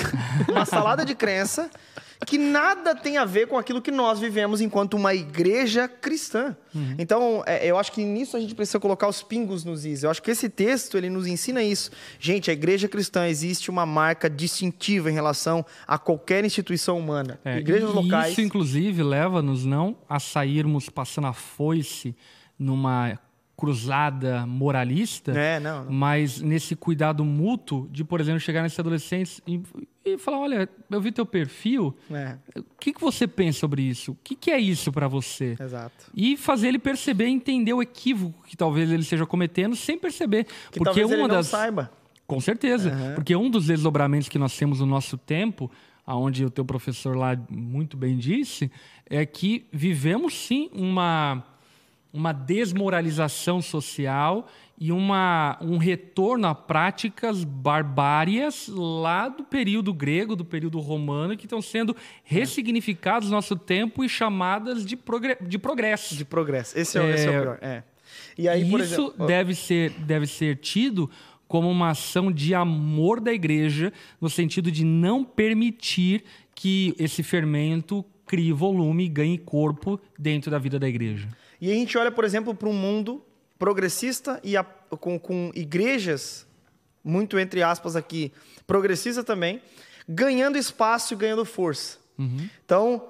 Speaker 2: crença que nada tem a ver com aquilo que nós vivemos enquanto uma igreja cristã. Então, eu acho que nisso a gente precisa colocar os pingos nos is. Eu acho que esse texto, ele nos ensina isso. Gente, a igreja cristã existe uma marca distintiva em relação a qualquer instituição humana. Igrejas locais...
Speaker 1: Isso, inclusive, leva-nos não a sairmos passando a foice numa cruzada moralista, mas nesse cuidado mútuo de, por exemplo, chegar nesses adolescentes e falar, olha, eu vi teu perfil, o que você pensa sobre isso? O que é isso para você?
Speaker 2: Exato.
Speaker 1: E fazer ele perceber, entender o equívoco que talvez ele esteja cometendo sem perceber.
Speaker 2: Que porque talvez ele não saiba.
Speaker 1: Com certeza, porque um dos desdobramentos que nós temos no nosso tempo, onde o teu professor lá muito bem disse, é que vivemos sim uma desmoralização social e um retorno a práticas barbárias lá do período grego, do período romano, que estão sendo ressignificados no nosso tempo e chamadas de progresso.
Speaker 2: De progresso. Esse é o pior. E aí, por
Speaker 1: isso
Speaker 2: exemplo,
Speaker 1: deve ser tido como uma ação de amor da igreja, no sentido de não permitir que esse fermento crie volume e ganhe corpo dentro da vida da igreja.
Speaker 2: E a gente olha, por exemplo, para um mundo progressista e com igrejas, muito entre aspas aqui, progressista também, ganhando espaço e ganhando força. Então,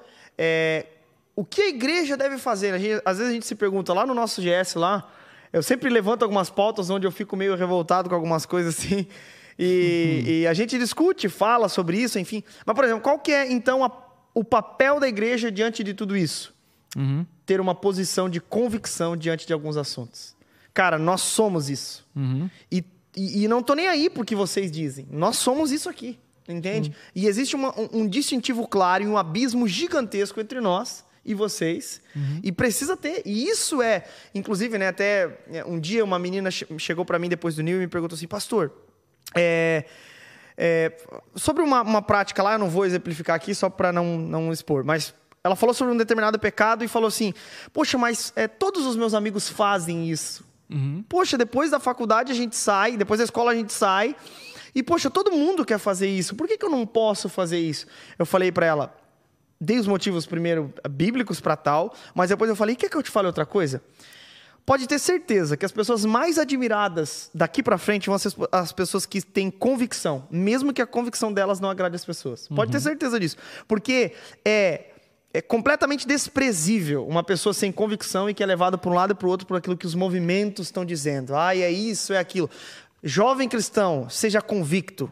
Speaker 2: o que a igreja deve fazer? Às vezes a gente se pergunta, lá no nosso GS, eu sempre levanto algumas pautas onde eu fico meio revoltado com algumas coisas assim, e a gente discute, fala sobre isso, enfim. Mas, por exemplo, qual que é, então, o papel da igreja diante de tudo isso? Ter uma posição de convicção diante de alguns assuntos. Cara, nós somos isso. E não tô nem aí porque vocês dizem. Nós somos isso aqui, entende? E existe um distintivo claro e um abismo gigantesco entre nós e vocês. E precisa ter. E isso inclusive, né, até um dia uma menina chegou para mim depois do Nil e me perguntou assim, pastor, sobre uma prática lá, eu não vou exemplificar aqui só para não expor, mas ela falou sobre um determinado pecado e falou assim, poxa, mas todos os meus amigos fazem isso. Poxa, depois da faculdade a gente sai, depois da escola a gente sai, e poxa, todo mundo quer fazer isso, por que eu não posso fazer isso? Eu falei para ela, dei os motivos primeiro bíblicos para tal, mas depois eu falei, quer que eu te fale outra coisa? pode ter certeza que as pessoas mais admiradas daqui pra frente vão ser as pessoas que têm convicção, mesmo que a convicção delas não agrade as pessoas. Pode ter certeza disso. Porque é completamente desprezível uma pessoa sem convicção e que é levada para um lado e para o outro por aquilo que os movimentos estão dizendo. É isso, é aquilo. Jovem cristão, seja convicto.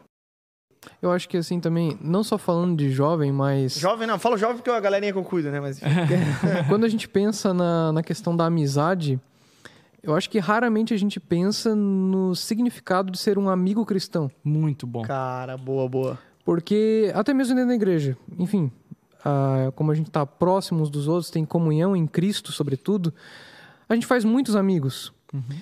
Speaker 3: Eu acho que assim também, não só falando de jovem, mas...
Speaker 2: Jovem não, falo jovem porque é a galerinha que eu cuido, né? Mas...
Speaker 3: Quando a gente pensa na questão da amizade, eu acho que raramente a gente pensa no significado de ser um amigo cristão.
Speaker 1: Muito bom.
Speaker 2: Cara, boa.
Speaker 3: Porque até mesmo dentro da igreja, enfim, como a gente está próximo uns dos outros, tem comunhão em Cristo, sobretudo, a gente faz muitos amigos.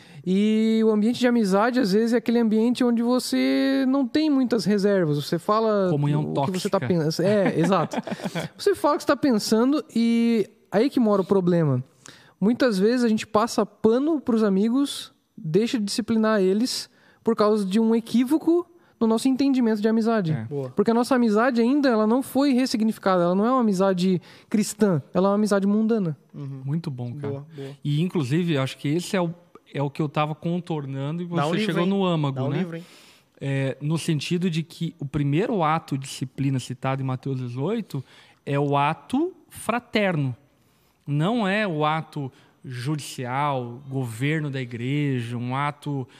Speaker 3: E o ambiente de amizade, às vezes, é aquele ambiente onde você não tem muitas reservas. Você fala
Speaker 1: comunhão
Speaker 3: o
Speaker 1: tóxica.
Speaker 3: que você está pensando. Exato. Você fala o que você está pensando e aí que mora o problema. Muitas vezes a gente passa pano para os amigos, deixa de disciplinar eles por causa de um equívoco no nosso entendimento de amizade. Porque a nossa amizade ainda ela não foi ressignificada. Ela não é uma amizade cristã. Ela é uma amizade mundana.
Speaker 1: Muito bom, cara.
Speaker 2: Boa.
Speaker 1: E, inclusive, acho que esse é o que eu estava contornando e você chegou no âmago,
Speaker 2: Dá um
Speaker 1: né?
Speaker 2: livro, hein?
Speaker 1: No sentido de que o primeiro ato de disciplina citado em Mateus 18 é o ato fraterno. Não é o ato judicial, governo da igreja, um ato,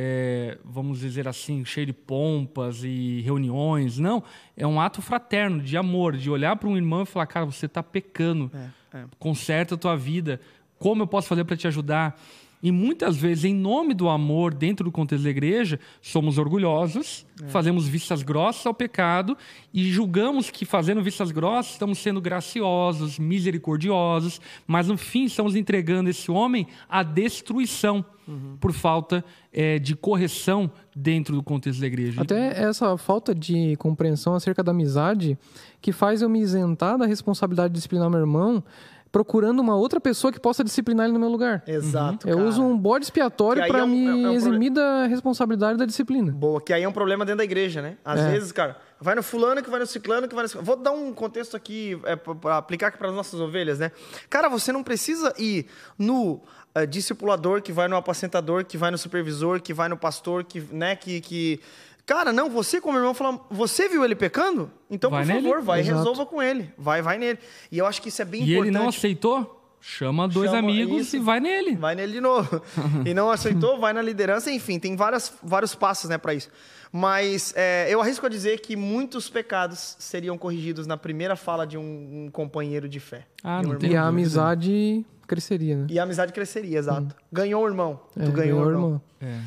Speaker 1: vamos dizer assim, cheio de pompas e reuniões. Não, é um ato fraterno, de amor, de olhar para um irmão e falar, cara, você está pecando, conserta a tua vida, como eu posso fazer para te ajudar? E muitas vezes, em nome do amor, dentro do contexto da igreja, somos orgulhosos, fazemos vistas grossas ao pecado e julgamos que, fazendo vistas grossas, estamos sendo graciosos, misericordiosos, mas, no fim, estamos entregando esse homem à destruição por falta de correção dentro do contexto da igreja.
Speaker 3: Até essa falta de compreensão acerca da amizade que faz eu me isentar da responsabilidade de disciplinar meu irmão, procurando uma outra pessoa que possa disciplinar ele no meu lugar.
Speaker 2: Exato,
Speaker 3: Eu
Speaker 2: cara.
Speaker 3: uso um bode expiatório para me eximir da responsabilidade da disciplina.
Speaker 2: Boa, que aí é um problema dentro da igreja, né? Às vezes, cara, vai no fulano, que vai no ciclano, que vai no... Vou dar um contexto aqui, para aplicar aqui para as nossas ovelhas, né? Cara, você não precisa ir no discipulador, que vai no apacentador, que vai no supervisor, que vai no pastor, que... Cara, não, você como irmão fala, você viu ele pecando? Então,
Speaker 1: Vai
Speaker 2: por favor,
Speaker 1: nele.
Speaker 2: vai,
Speaker 3: Exato.
Speaker 2: resolva com ele. Vai nele. E eu acho que isso é bem
Speaker 1: E
Speaker 2: importante.
Speaker 1: ele não aceitou? Chama dois amigos
Speaker 2: isso.
Speaker 1: e vai nele.
Speaker 2: Vai nele de novo. E não aceitou, vai na liderança. Enfim, tem vários passos, né, para isso. Mas eu arrisco a dizer que muitos pecados seriam corrigidos na primeira fala de um companheiro de fé.
Speaker 1: Não
Speaker 3: E
Speaker 1: tenho
Speaker 3: a
Speaker 1: dúvida.
Speaker 3: amizade cresceria, né?
Speaker 2: E a amizade cresceria, exato. Ganhou o irmão. Tu ganhou o irmão.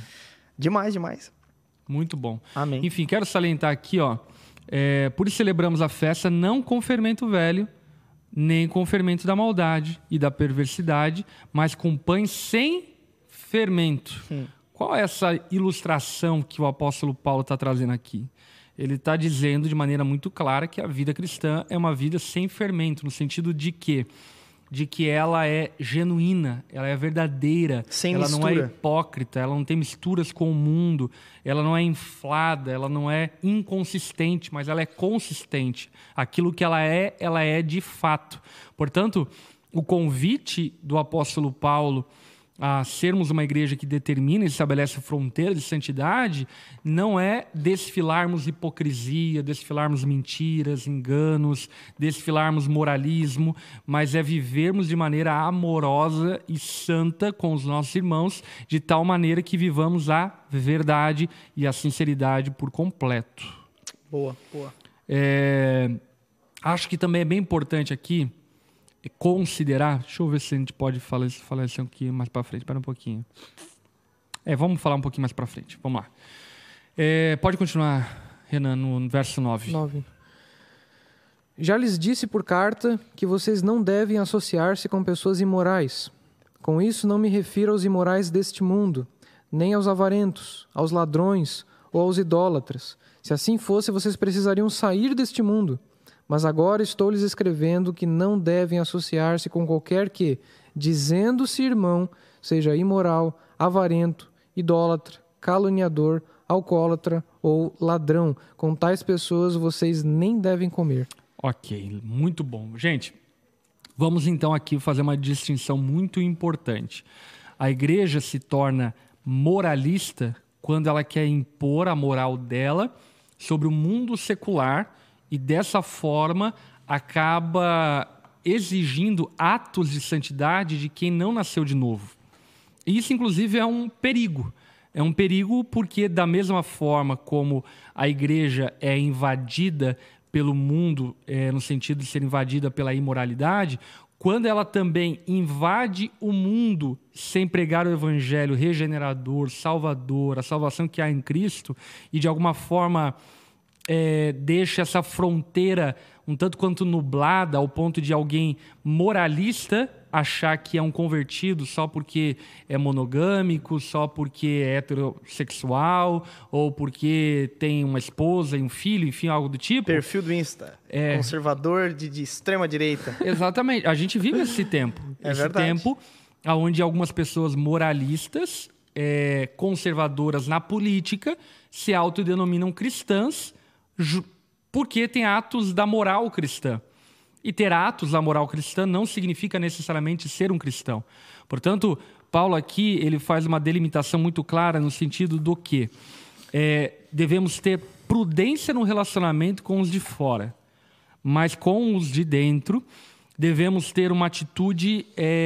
Speaker 2: Demais.
Speaker 1: Muito bom.
Speaker 2: Amém.
Speaker 1: Enfim, quero salientar aqui, ó. Por isso celebramos a festa não com fermento velho, nem com fermento da maldade e da perversidade, mas com pães sem fermento. Qual é essa ilustração que o apóstolo Paulo está trazendo aqui? Ele está dizendo de maneira muito clara que a vida cristã é uma vida sem fermento, no sentido de quê? De que ela é genuína, ela é verdadeira,
Speaker 2: Sem
Speaker 1: ela
Speaker 2: mistura.
Speaker 1: não é hipócrita, ela não tem misturas com o mundo, ela não é inflada, ela não é inconsistente, mas ela é consistente. Aquilo que ela é de fato. Portanto, o convite do apóstolo Paulo a sermos uma igreja que determina e estabelece fronteiras de santidade, não é desfilarmos hipocrisia, desfilarmos mentiras, enganos, desfilarmos moralismo, mas é vivermos de maneira amorosa e santa com os nossos irmãos, de tal maneira que vivamos a verdade e a sinceridade por completo.
Speaker 2: Boa.
Speaker 1: Acho que também é bem importante aqui considerar, deixa eu ver se a gente pode falar isso aqui mais para frente, espera um pouquinho. Vamos falar um pouquinho mais para frente, vamos lá. Pode continuar, Renan, no verso 9.
Speaker 3: 9. Já lhes disse por carta que vocês não devem associar-se com pessoas imorais. Com isso não me refiro aos imorais deste mundo, nem aos avarentos, aos ladrões ou aos idólatras. Se assim fosse, vocês precisariam sair deste mundo. Mas agora estou lhes escrevendo que não devem associar-se com qualquer que, dizendo-se irmão, seja imoral, avarento, idólatra, caluniador, alcoólatra ou ladrão. Com tais pessoas vocês nem devem comer.
Speaker 1: Ok, muito bom. Gente, vamos então aqui fazer uma distinção muito importante. A igreja se torna moralista quando ela quer impor a moral dela sobre o mundo secular e, dessa forma, acaba exigindo atos de santidade de quem não nasceu de novo. E isso, inclusive, é um perigo. É um perigo porque, da mesma forma como a igreja é invadida pelo mundo, no sentido de ser invadida pela imoralidade, quando ela também invade o mundo sem pregar o evangelho regenerador, salvador, a salvação que há em Cristo, e de alguma forma deixa essa fronteira um tanto quanto nublada ao ponto de alguém moralista achar que é um convertido só porque é monogâmico, só porque é heterossexual, ou porque tem uma esposa e um filho, enfim, algo do tipo.
Speaker 2: Perfil do Insta. Conservador de extrema direita.
Speaker 1: Exatamente. A gente vive esse tempo. Esse tempo onde algumas pessoas moralistas, conservadoras na política, se autodenominam cristãs porque tem atos da moral cristã. E ter atos da moral cristã não significa necessariamente ser um cristão. Portanto, Paulo aqui ele faz uma delimitação muito clara no sentido do que devemos ter prudência no relacionamento com os de fora, mas com os de dentro devemos ter uma atitude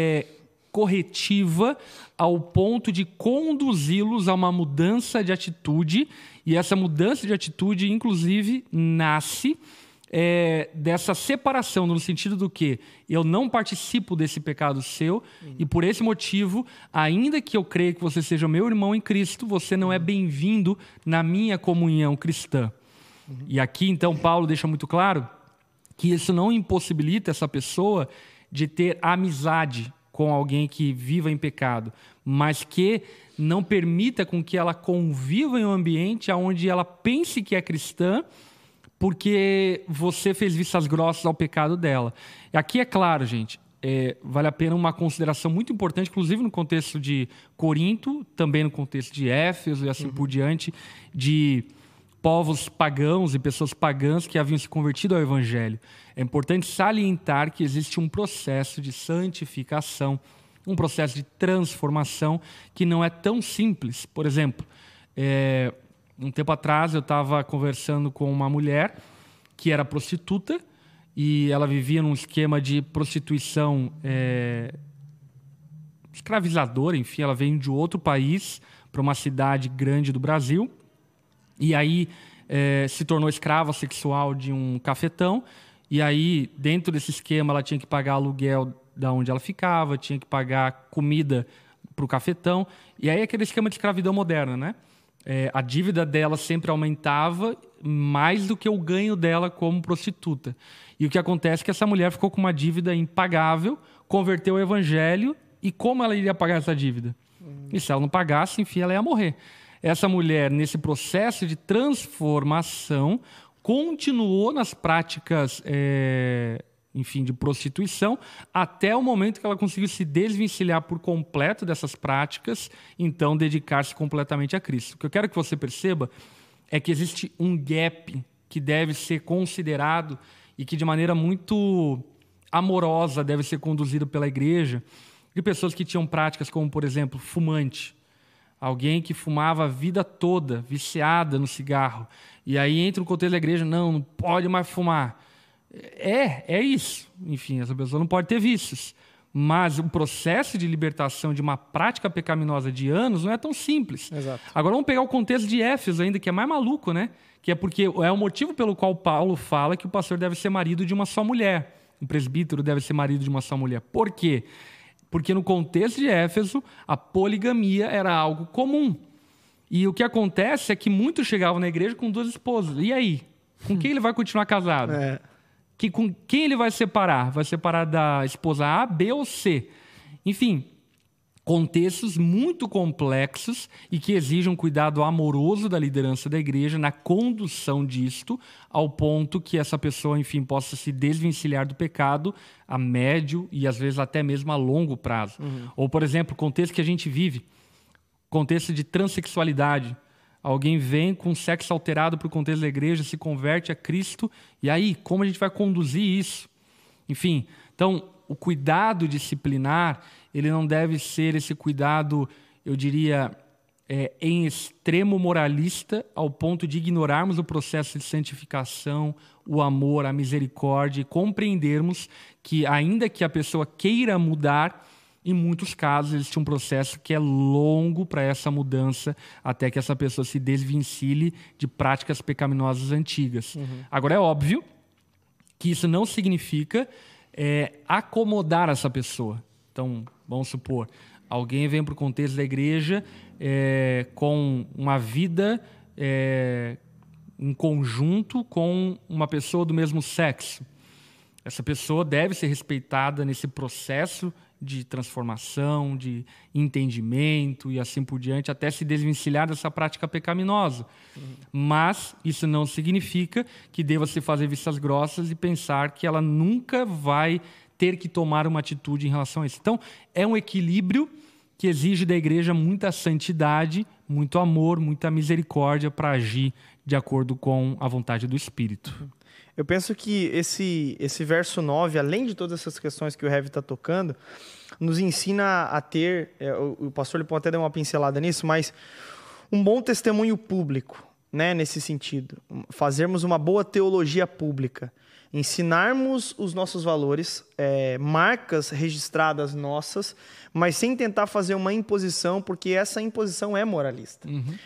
Speaker 1: corretiva ao ponto de conduzi-los a uma mudança de atitude, e essa mudança de atitude, inclusive, nasce dessa separação, no sentido do que eu não participo desse pecado seu, e por esse motivo, ainda que eu creia que você seja meu irmão em Cristo, você não é bem-vindo na minha comunhão cristã. E aqui, então, Paulo deixa muito claro que isso não impossibilita essa pessoa de ter amizade com alguém que viva em pecado, mas que não permita com que ela conviva em um ambiente onde ela pense que é cristã, porque você fez vistas grossas ao pecado dela. E aqui é claro, gente, vale a pena uma consideração muito importante, inclusive no contexto de Corinto, também no contexto de Éfeso e assim por diante, de povos pagãos e pessoas pagãs que haviam se convertido ao Evangelho. É importante salientar que existe um processo de santificação, um processo de transformação que não é tão simples. Por exemplo, um tempo atrás eu estava conversando com uma mulher que era prostituta e ela vivia num esquema de prostituição escravizadora, enfim, ela veio de outro país para uma cidade grande do Brasil e aí se tornou escrava sexual de um cafetão. E aí, dentro desse esquema, ela tinha que pagar aluguel da onde ela ficava, tinha que pagar comida para o cafetão. E aí, aquele esquema de escravidão moderna, né? A dívida dela sempre aumentava mais do que o ganho dela como prostituta. E o que acontece é que essa mulher ficou com uma dívida impagável, converteu ao evangelho, e como ela iria pagar essa dívida? E se ela não pagasse, enfim, ela ia morrer. Essa mulher, nesse processo de transformação, continuou nas práticas, enfim, de prostituição, até o momento que ela conseguiu se desvencilhar por completo dessas práticas, então dedicar-se completamente a Cristo. O que eu quero que você perceba é que existe um gap que deve ser considerado e que de maneira muito amorosa deve ser conduzido pela igreja, de pessoas que tinham práticas como, por exemplo, fumante. Alguém que fumava a vida toda, viciada no cigarro. E aí entra no contexto da igreja, não pode mais fumar. É isso. Enfim, essa pessoa não pode ter vícios. Mas o processo de libertação de uma prática pecaminosa de anos não é tão simples.
Speaker 2: Exato.
Speaker 1: Agora vamos pegar o contexto de Éfeso ainda, que é mais maluco, né? Que é porque é o motivo pelo qual Paulo fala que o pastor deve ser marido de uma só mulher. Um presbítero deve ser marido de uma só mulher. Por quê? Porque no contexto de Éfeso, a poligamia era algo comum. E o que acontece é que muitos chegavam na igreja com 2 esposas. E aí? Com quem ele vai continuar casado? Com quem ele vai separar? Vai separar da esposa A, B ou C? Enfim, contextos muito complexos e que exigem um cuidado amoroso da liderança da igreja na condução disto, ao ponto que essa pessoa, enfim, possa se desvencilhar do pecado a médio e, às vezes, até mesmo a longo prazo. Ou, por exemplo, o contexto que a gente vive, contexto de transexualidade. Alguém vem com sexo alterado para o contexto da igreja, se converte a Cristo, e aí, como a gente vai conduzir isso? Enfim, então, o cuidado disciplinar, ele não deve ser esse cuidado, eu diria, em extremo moralista, ao ponto de ignorarmos o processo de santificação, o amor, a misericórdia, e compreendermos que, ainda que a pessoa queira mudar, em muitos casos existe um processo que é longo para essa mudança, até que essa pessoa se desvencilhe de práticas pecaminosas antigas. Agora, é óbvio que isso não significa acomodar essa pessoa. Então, vamos supor, alguém vem para o contexto da igreja com uma vida em conjunto com uma pessoa do mesmo sexo. Essa pessoa deve ser respeitada nesse processo de transformação, de entendimento e assim por diante, até se desvencilhar dessa prática pecaminosa. Mas isso não significa que deva se fazer vistas grossas e pensar que ela nunca vai ter que tomar uma atitude em relação a isso. Então, é um equilíbrio que exige da igreja muita santidade, muito amor, muita misericórdia para agir de acordo com a vontade do Espírito.
Speaker 2: Eu penso que esse verso 9, além de todas essas questões que o Heavy está tocando, nos ensina a ter, o pastor Lipão até deu uma pincelada nisso, mas um bom testemunho público, né, nesse sentido. Fazermos uma boa teologia pública. Ensinarmos os nossos valores, marcas registradas nossas, mas sem tentar fazer uma imposição, porque essa imposição é moralista.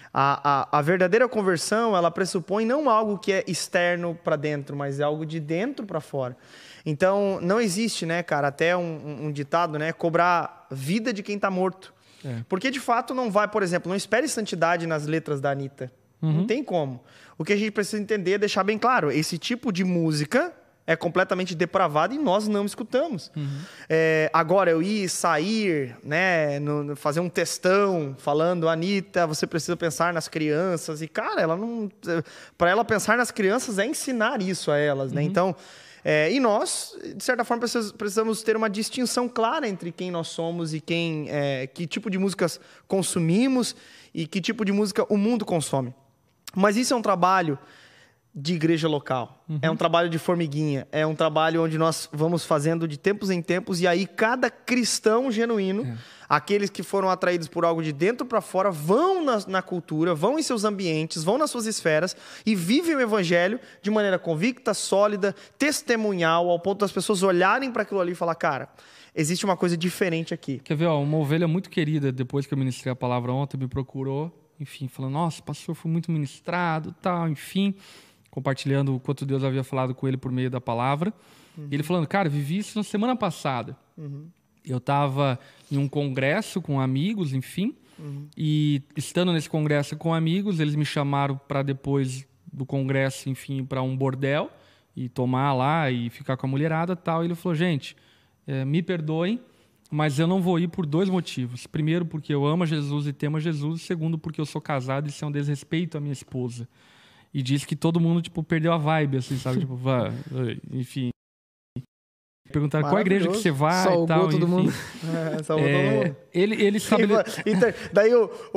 Speaker 2: A verdadeira conversão, ela pressupõe não algo que é externo para dentro, mas é algo de dentro para fora. Então, não existe, né, cara, até um ditado, né, cobrar vida de quem está morto. Porque, de fato, não vai, por exemplo, não espere santidade nas letras da Anitta. Não tem como. O que a gente precisa entender é deixar bem claro, esse tipo de música é completamente depravada e nós não escutamos. Agora, eu ir sair, né, fazer um textão falando, Anitta, você precisa pensar nas crianças. E, cara, ela não... Para ela pensar nas crianças é ensinar isso a elas, né? Então, e nós, de certa forma, precisamos ter uma distinção clara entre quem nós somos e que tipo de músicas consumimos e que tipo de música o mundo consome. Mas isso é um trabalho de igreja local. É um trabalho de formiguinha. É um trabalho onde nós vamos fazendo de tempos em tempos. E aí cada cristão genuíno, aqueles que foram atraídos por algo de dentro para fora, vão na cultura, vão em seus ambientes, vão nas suas esferas e vivem o evangelho de maneira convicta, sólida, testemunhal, ao ponto das pessoas olharem para aquilo ali e falar, cara, existe uma coisa diferente aqui.
Speaker 1: Quer ver, uma ovelha muito querida, depois que eu ministrei a palavra ontem, me procurou, enfim, falando, nossa, pastor, foi muito ministrado, tal, enfim, compartilhando o quanto Deus havia falado com ele por meio da palavra. E ele falando, cara, vivi isso na semana passada. Eu estava em um congresso com amigos, enfim, e estando nesse congresso com amigos, eles me chamaram para depois do congresso, enfim, para um bordel, e tomar lá e ficar com a mulherada e tal. E ele falou, gente, me perdoem, mas eu não vou ir por 2 motivos. Primeiro, porque eu amo Jesus e temo a Jesus. Segundo, porque eu sou casado e isso é um desrespeito à minha esposa. E disse que todo mundo, tipo, perdeu a vibe, assim, sabe? Tipo, enfim. Perguntaram qual igreja que você vai e tal.
Speaker 3: Todo mundo.
Speaker 2: Salvou todo mundo.
Speaker 1: Ele sabe...
Speaker 2: Daí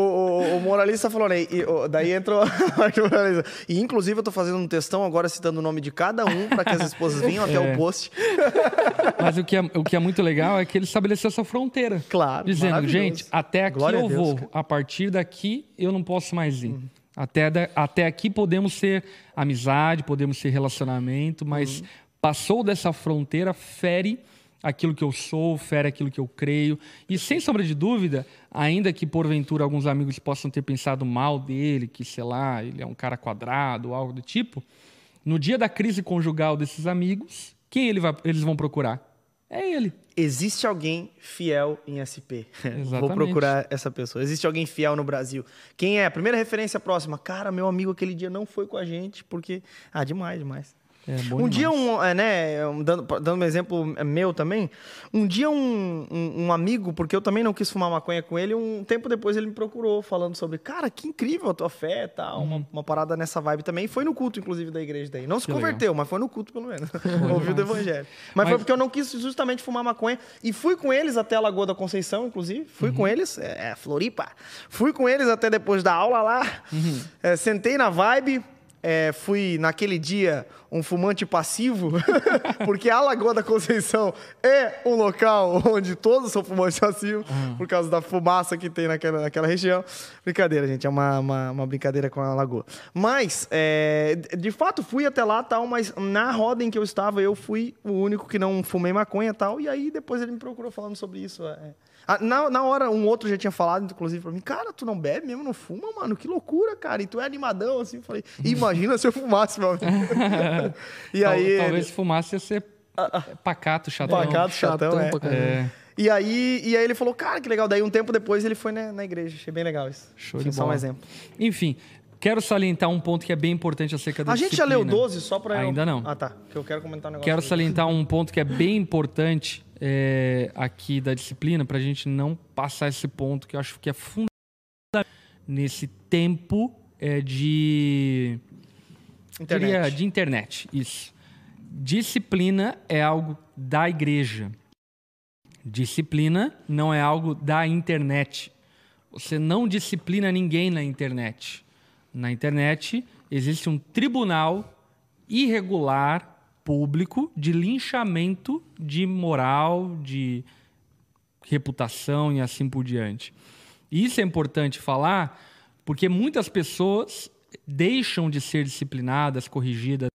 Speaker 2: o moralista falou, né? Daí entrou a moralista. E, inclusive, eu tô fazendo um textão agora citando o nome de cada um para que as esposas venham até o post.
Speaker 1: Mas o que é muito legal é que ele estabeleceu essa fronteira.
Speaker 2: Claro,
Speaker 1: dizendo, gente, até aqui
Speaker 2: Glória
Speaker 1: eu
Speaker 2: a Deus,
Speaker 1: vou.
Speaker 2: cara.
Speaker 1: A partir daqui, eu não posso mais ir. Até aqui podemos ser amizade, podemos ser relacionamento, mas passou dessa fronteira, fere aquilo que eu sou, fere aquilo que eu creio. E sem sombra de dúvida, ainda que porventura alguns amigos possam ter pensado mal dele, que sei lá, ele é um cara quadrado ou algo do tipo, no dia da crise conjugal desses amigos, quem eles vão procurar? É ele.
Speaker 2: Existe alguém fiel em SP.
Speaker 1: Exatamente.
Speaker 2: Vou procurar essa pessoa. Existe alguém fiel no Brasil. Quem é? A primeira referência próxima. Cara, meu amigo aquele dia não foi com a gente, porque... demais. Dia, dando um exemplo meu também, um dia um amigo, porque eu também não quis fumar maconha com ele, um tempo depois ele me procurou falando sobre, cara, que incrível a tua fé e tal, uma parada nessa vibe também, foi no culto, inclusive, da igreja daí. Não se converteu, mas foi no culto, pelo menos, ouviu do evangelho. Mas foi porque eu não quis justamente fumar maconha, e fui com eles até a Lagoa da Conceição, inclusive, fui com eles, Floripa, fui com eles até depois da aula lá, sentei na vibe, fui, naquele dia, um fumante passivo, porque a Lagoa da Conceição é um local onde todos são fumantes passivos, por causa da fumaça que tem naquela região. Brincadeira, gente, é uma brincadeira com a Lagoa. Mas, de fato, fui até lá, tal, mas na roda em que eu estava, eu fui o único que não fumei maconha e tal, e aí depois ele me procurou falando sobre isso. Na hora, um outro já tinha falado, inclusive, pra mim, cara, tu não bebe mesmo, não fuma, mano, que loucura, cara, e tu é animadão, assim, eu falei, imagina se eu fumasse, meu amigo. E aí...
Speaker 1: Talvez se fumasse ia ser pacato, chatão.
Speaker 2: Pacato, chatão, E aí ele falou, cara, que legal, daí um tempo depois ele foi na igreja, achei bem legal isso.
Speaker 1: Show de
Speaker 2: só um
Speaker 1: bola.
Speaker 2: exemplo.
Speaker 1: Enfim, quero salientar um ponto que é bem importante acerca da disciplina.
Speaker 2: A gente já leu 12 só pra...
Speaker 1: Ainda não.
Speaker 2: Ah, tá, que eu quero comentar um negócio.
Speaker 1: Quero salientar um ponto que é bem importante aqui da disciplina, para a gente não passar esse ponto que eu acho que é fundamental nesse tempo de internet. Isso. Disciplina é algo da igreja. Disciplina não é algo da internet. Você não disciplina ninguém na internet. Na internet existe um tribunal irregular público de linchamento de moral, de reputação e assim por diante. E isso é importante falar porque muitas pessoas deixam de ser disciplinadas, corrigidas.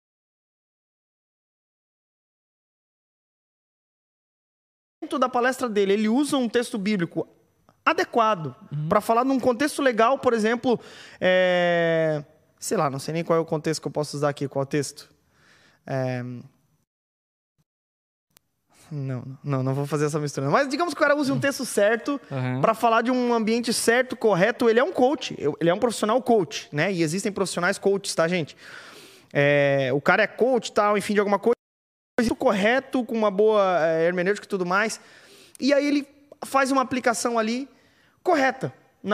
Speaker 2: Dentro da palestra dele, ele usa um texto bíblico adequado para falar num contexto legal, por exemplo, sei lá, não sei nem qual é o contexto que eu posso usar aqui, qual texto. Não vou fazer essa mistura. Mas digamos que o cara use um texto certo para falar de um ambiente certo, correto. Ele é um coach, ele é um profissional coach, né? E existem profissionais coaches, tá, gente? O cara é coach, tal, enfim, de alguma coisa correto, com uma boa hermenêutica e tudo mais. E aí ele faz uma aplicação ali correta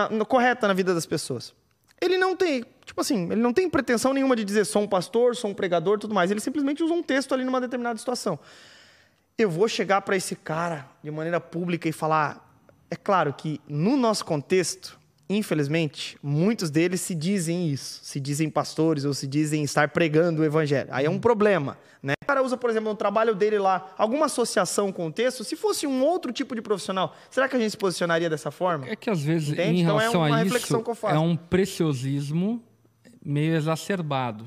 Speaker 2: na vida das pessoas. Ele não tem, ele não tem pretensão nenhuma de dizer sou um pastor, sou um pregador, tudo mais. Ele simplesmente usa um texto ali numa determinada situação. Eu vou chegar para esse cara de maneira pública e falar... É claro que no nosso contexto, infelizmente, muitos deles se dizem isso. Se dizem pastores ou se dizem estar pregando o evangelho. Aí é um problema, né? O cara usa, por exemplo, no trabalho dele lá, alguma associação com o texto. Se fosse um outro tipo de profissional, será que a gente se posicionaria dessa forma?
Speaker 1: É que às vezes,
Speaker 2: entende?
Speaker 1: em relação
Speaker 2: então,
Speaker 1: a isso, é um preciosismo meio exacerbado.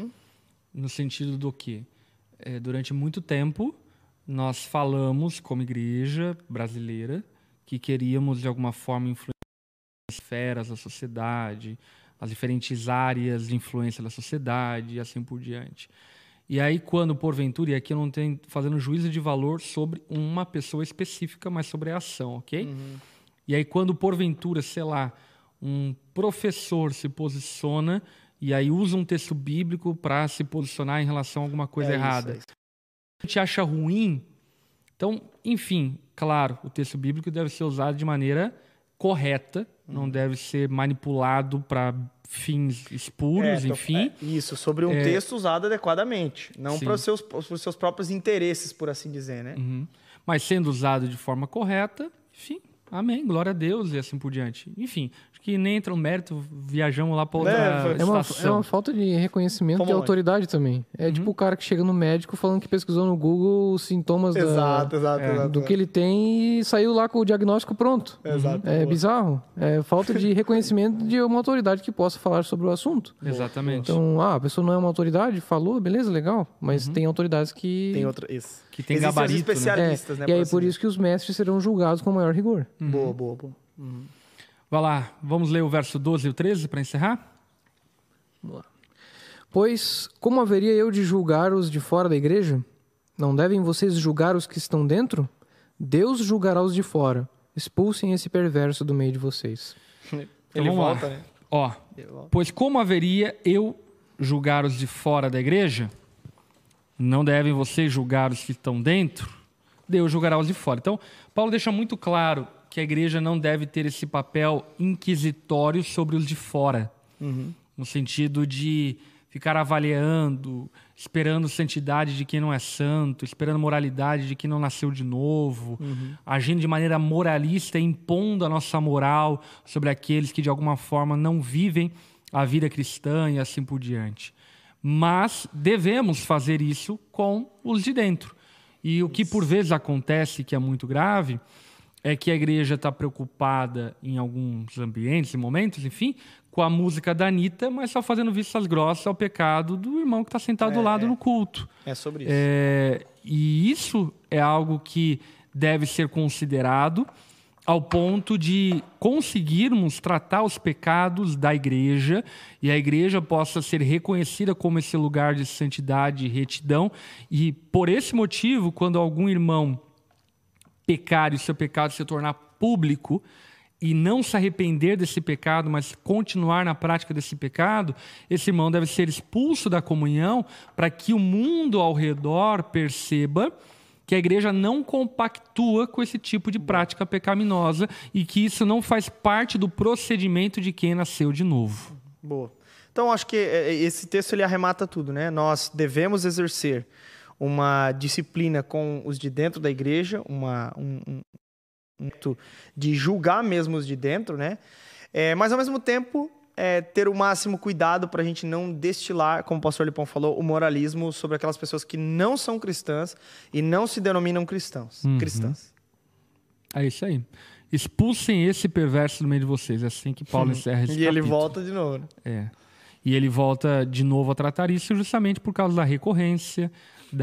Speaker 1: No sentido do que? Durante muito tempo, nós falamos, como igreja brasileira, que queríamos, de alguma forma, influenciar as esferas da sociedade, as diferentes áreas de influência da sociedade e assim por diante. E aí, quando, porventura, e aqui eu não estou fazendo juízo de valor sobre uma pessoa específica, mas sobre a ação, ok? E aí, quando, porventura, sei lá, um professor se posiciona e aí usa um texto bíblico para se posicionar em relação a alguma coisa errada.
Speaker 2: Isso.
Speaker 1: A gente acha ruim. Então, enfim, claro, o texto bíblico deve ser usado de maneira correta, não deve ser manipulado para fins espuros, enfim.
Speaker 2: Isso, sobre um texto usado adequadamente, não para os seus próprios interesses, por assim dizer, né?
Speaker 1: Mas sendo usado de forma correta, enfim, amém, glória a Deus e assim por diante. Enfim, acho que nem entra no mérito, viajamos lá para outra situação.
Speaker 3: É uma falta de reconhecimento de autoridade também. É tipo o cara que chega no médico falando que pesquisou no Google os sintomas do que ele tem e saiu lá com o diagnóstico pronto. É bizarro. É falta de reconhecimento de uma autoridade que possa falar sobre o assunto.
Speaker 1: Exatamente.
Speaker 3: Então, a pessoa não é uma autoridade, falou, beleza, legal. Mas tem autoridades que...
Speaker 1: Que tem gabarito,
Speaker 2: especialistas, né?
Speaker 3: E aí, por isso que os mestres serão julgados com maior rigor.
Speaker 2: Boa.
Speaker 1: Vai lá, vamos ler o verso 12 e o 13 para encerrar?
Speaker 3: Vamos lá. Pois, como haveria eu de julgar os de fora da igreja? Não devem vocês julgar os que estão dentro? Deus julgará os de fora. Expulsem esse perverso do meio de vocês.
Speaker 2: Ele volta, né?
Speaker 1: Pois como haveria eu julgar os de fora da igreja? Não devem vocês julgar os que estão dentro? Deus julgará os de fora. Então, Paulo deixa muito claro que a igreja não deve ter esse papel inquisitório sobre os de fora. No sentido de ficar avaliando, esperando santidade de quem não é santo, esperando moralidade de quem não nasceu de novo, agindo de maneira moralista, impondo a nossa moral sobre aqueles que de alguma forma não vivem a vida cristã e assim por diante. Mas devemos fazer isso com os de dentro. E o que por vezes acontece, que é muito grave, é que a igreja está preocupada em alguns ambientes e momentos, enfim, com a música da Anitta, mas só fazendo vistas grossas ao pecado do irmão que está sentado do lado no culto.
Speaker 2: É sobre isso.
Speaker 1: E isso é algo que deve ser considerado ao ponto de conseguirmos tratar os pecados da igreja e a igreja possa ser reconhecida como esse lugar de santidade e retidão. E por esse motivo, quando algum irmão pecar e o seu pecado se tornar público e não se arrepender desse pecado, mas continuar na prática desse pecado, esse irmão deve ser expulso da comunhão para que o mundo ao redor perceba que a igreja não compactua com esse tipo de prática pecaminosa e que isso não faz parte do procedimento de quem nasceu de novo.
Speaker 2: Boa. Então, acho que esse texto ele arremata tudo, né? Nós devemos exercer uma disciplina com os de dentro da igreja, um de julgar mesmo os de dentro, né? Mas, ao mesmo tempo, ter o máximo cuidado para a gente não destilar, como o pastor Lipão falou, o moralismo sobre aquelas pessoas que não são cristãs e não se denominam cristãs.
Speaker 1: É isso aí. Expulsem esse perverso do meio de vocês. É assim que Paulo encerra esse capítulo.
Speaker 2: E ele volta de novo.
Speaker 1: E ele volta de novo a tratar isso justamente por causa da recorrência,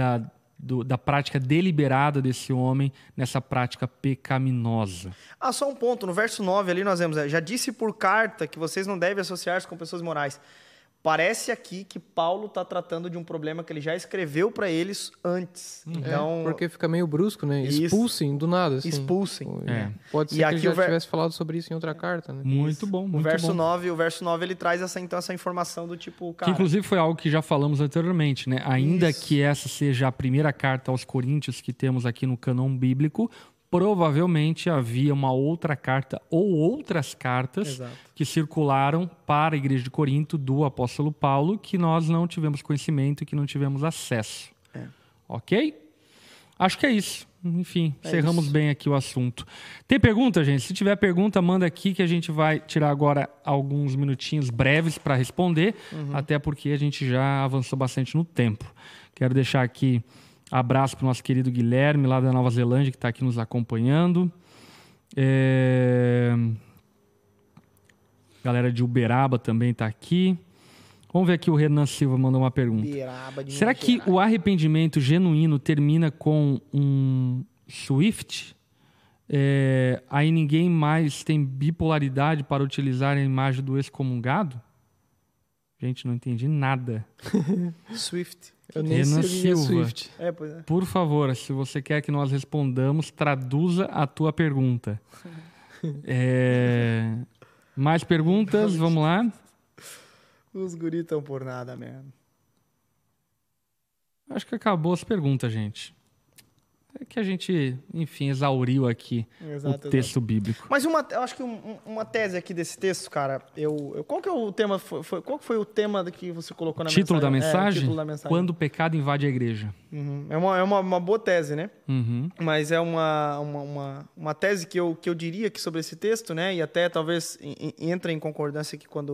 Speaker 1: da prática deliberada desse homem nessa prática pecaminosa.
Speaker 2: Só um ponto. No verso 9 ali nós vemos, já disse por carta que vocês não devem associar-se com pessoas imorais. Parece aqui que Paulo está tratando de um problema que ele já escreveu para eles antes. Então,
Speaker 3: porque fica meio brusco, né? Expulsem do nada. Assim.
Speaker 2: Expulsem.
Speaker 3: Pode ser que ele já tivesse falado sobre isso em outra carta. Né?
Speaker 1: Muito bom.
Speaker 2: O verso 9 ele traz essa informação do tipo... Cara,
Speaker 1: que inclusive foi algo que já falamos anteriormente, né? Ainda que essa seja a primeira carta aos Coríntios que temos aqui no cânon bíblico, provavelmente havia uma outra carta ou outras cartas que circularam para a igreja de Corinto do apóstolo Paulo que nós não tivemos conhecimento e que não tivemos acesso. Ok? Acho que é isso. Enfim, encerramos bem aqui o assunto. Tem pergunta, gente? Se tiver pergunta, manda aqui que a gente vai tirar agora alguns minutinhos breves para responder, até porque a gente já avançou bastante no tempo. Quero deixar aqui abraço para o nosso querido Guilherme, lá da Nova Zelândia, que está aqui nos acompanhando. Galera de Uberaba também está aqui. Vamos ver aqui, o Renan Silva mandou uma pergunta. Será que o arrependimento genuíno termina com um Swift? Aí ninguém mais tem bipolaridade para utilizar a imagem do excomungado? Gente, não entendi nada.
Speaker 2: Swift.
Speaker 3: Eu nem
Speaker 1: Renan
Speaker 3: sabia
Speaker 1: Silva,
Speaker 3: Swift.
Speaker 1: Por favor, se você quer que nós respondamos, traduza a tua pergunta. Mais perguntas? Vamos lá.
Speaker 2: Os guris estão por nada mesmo.
Speaker 1: Acho que acabou as perguntas, gente. É que a gente, enfim, exauriu aqui o texto bíblico.
Speaker 2: Mas eu acho que uma tese aqui desse texto, cara, qual que é o tema? Qual foi o tema que você colocou na
Speaker 1: título
Speaker 2: mensagem?
Speaker 1: Título da mensagem? Quando o pecado invade a igreja.
Speaker 2: É uma boa tese, né? Mas é uma tese que eu diria que sobre esse texto, né? E até talvez entra em concordância aqui com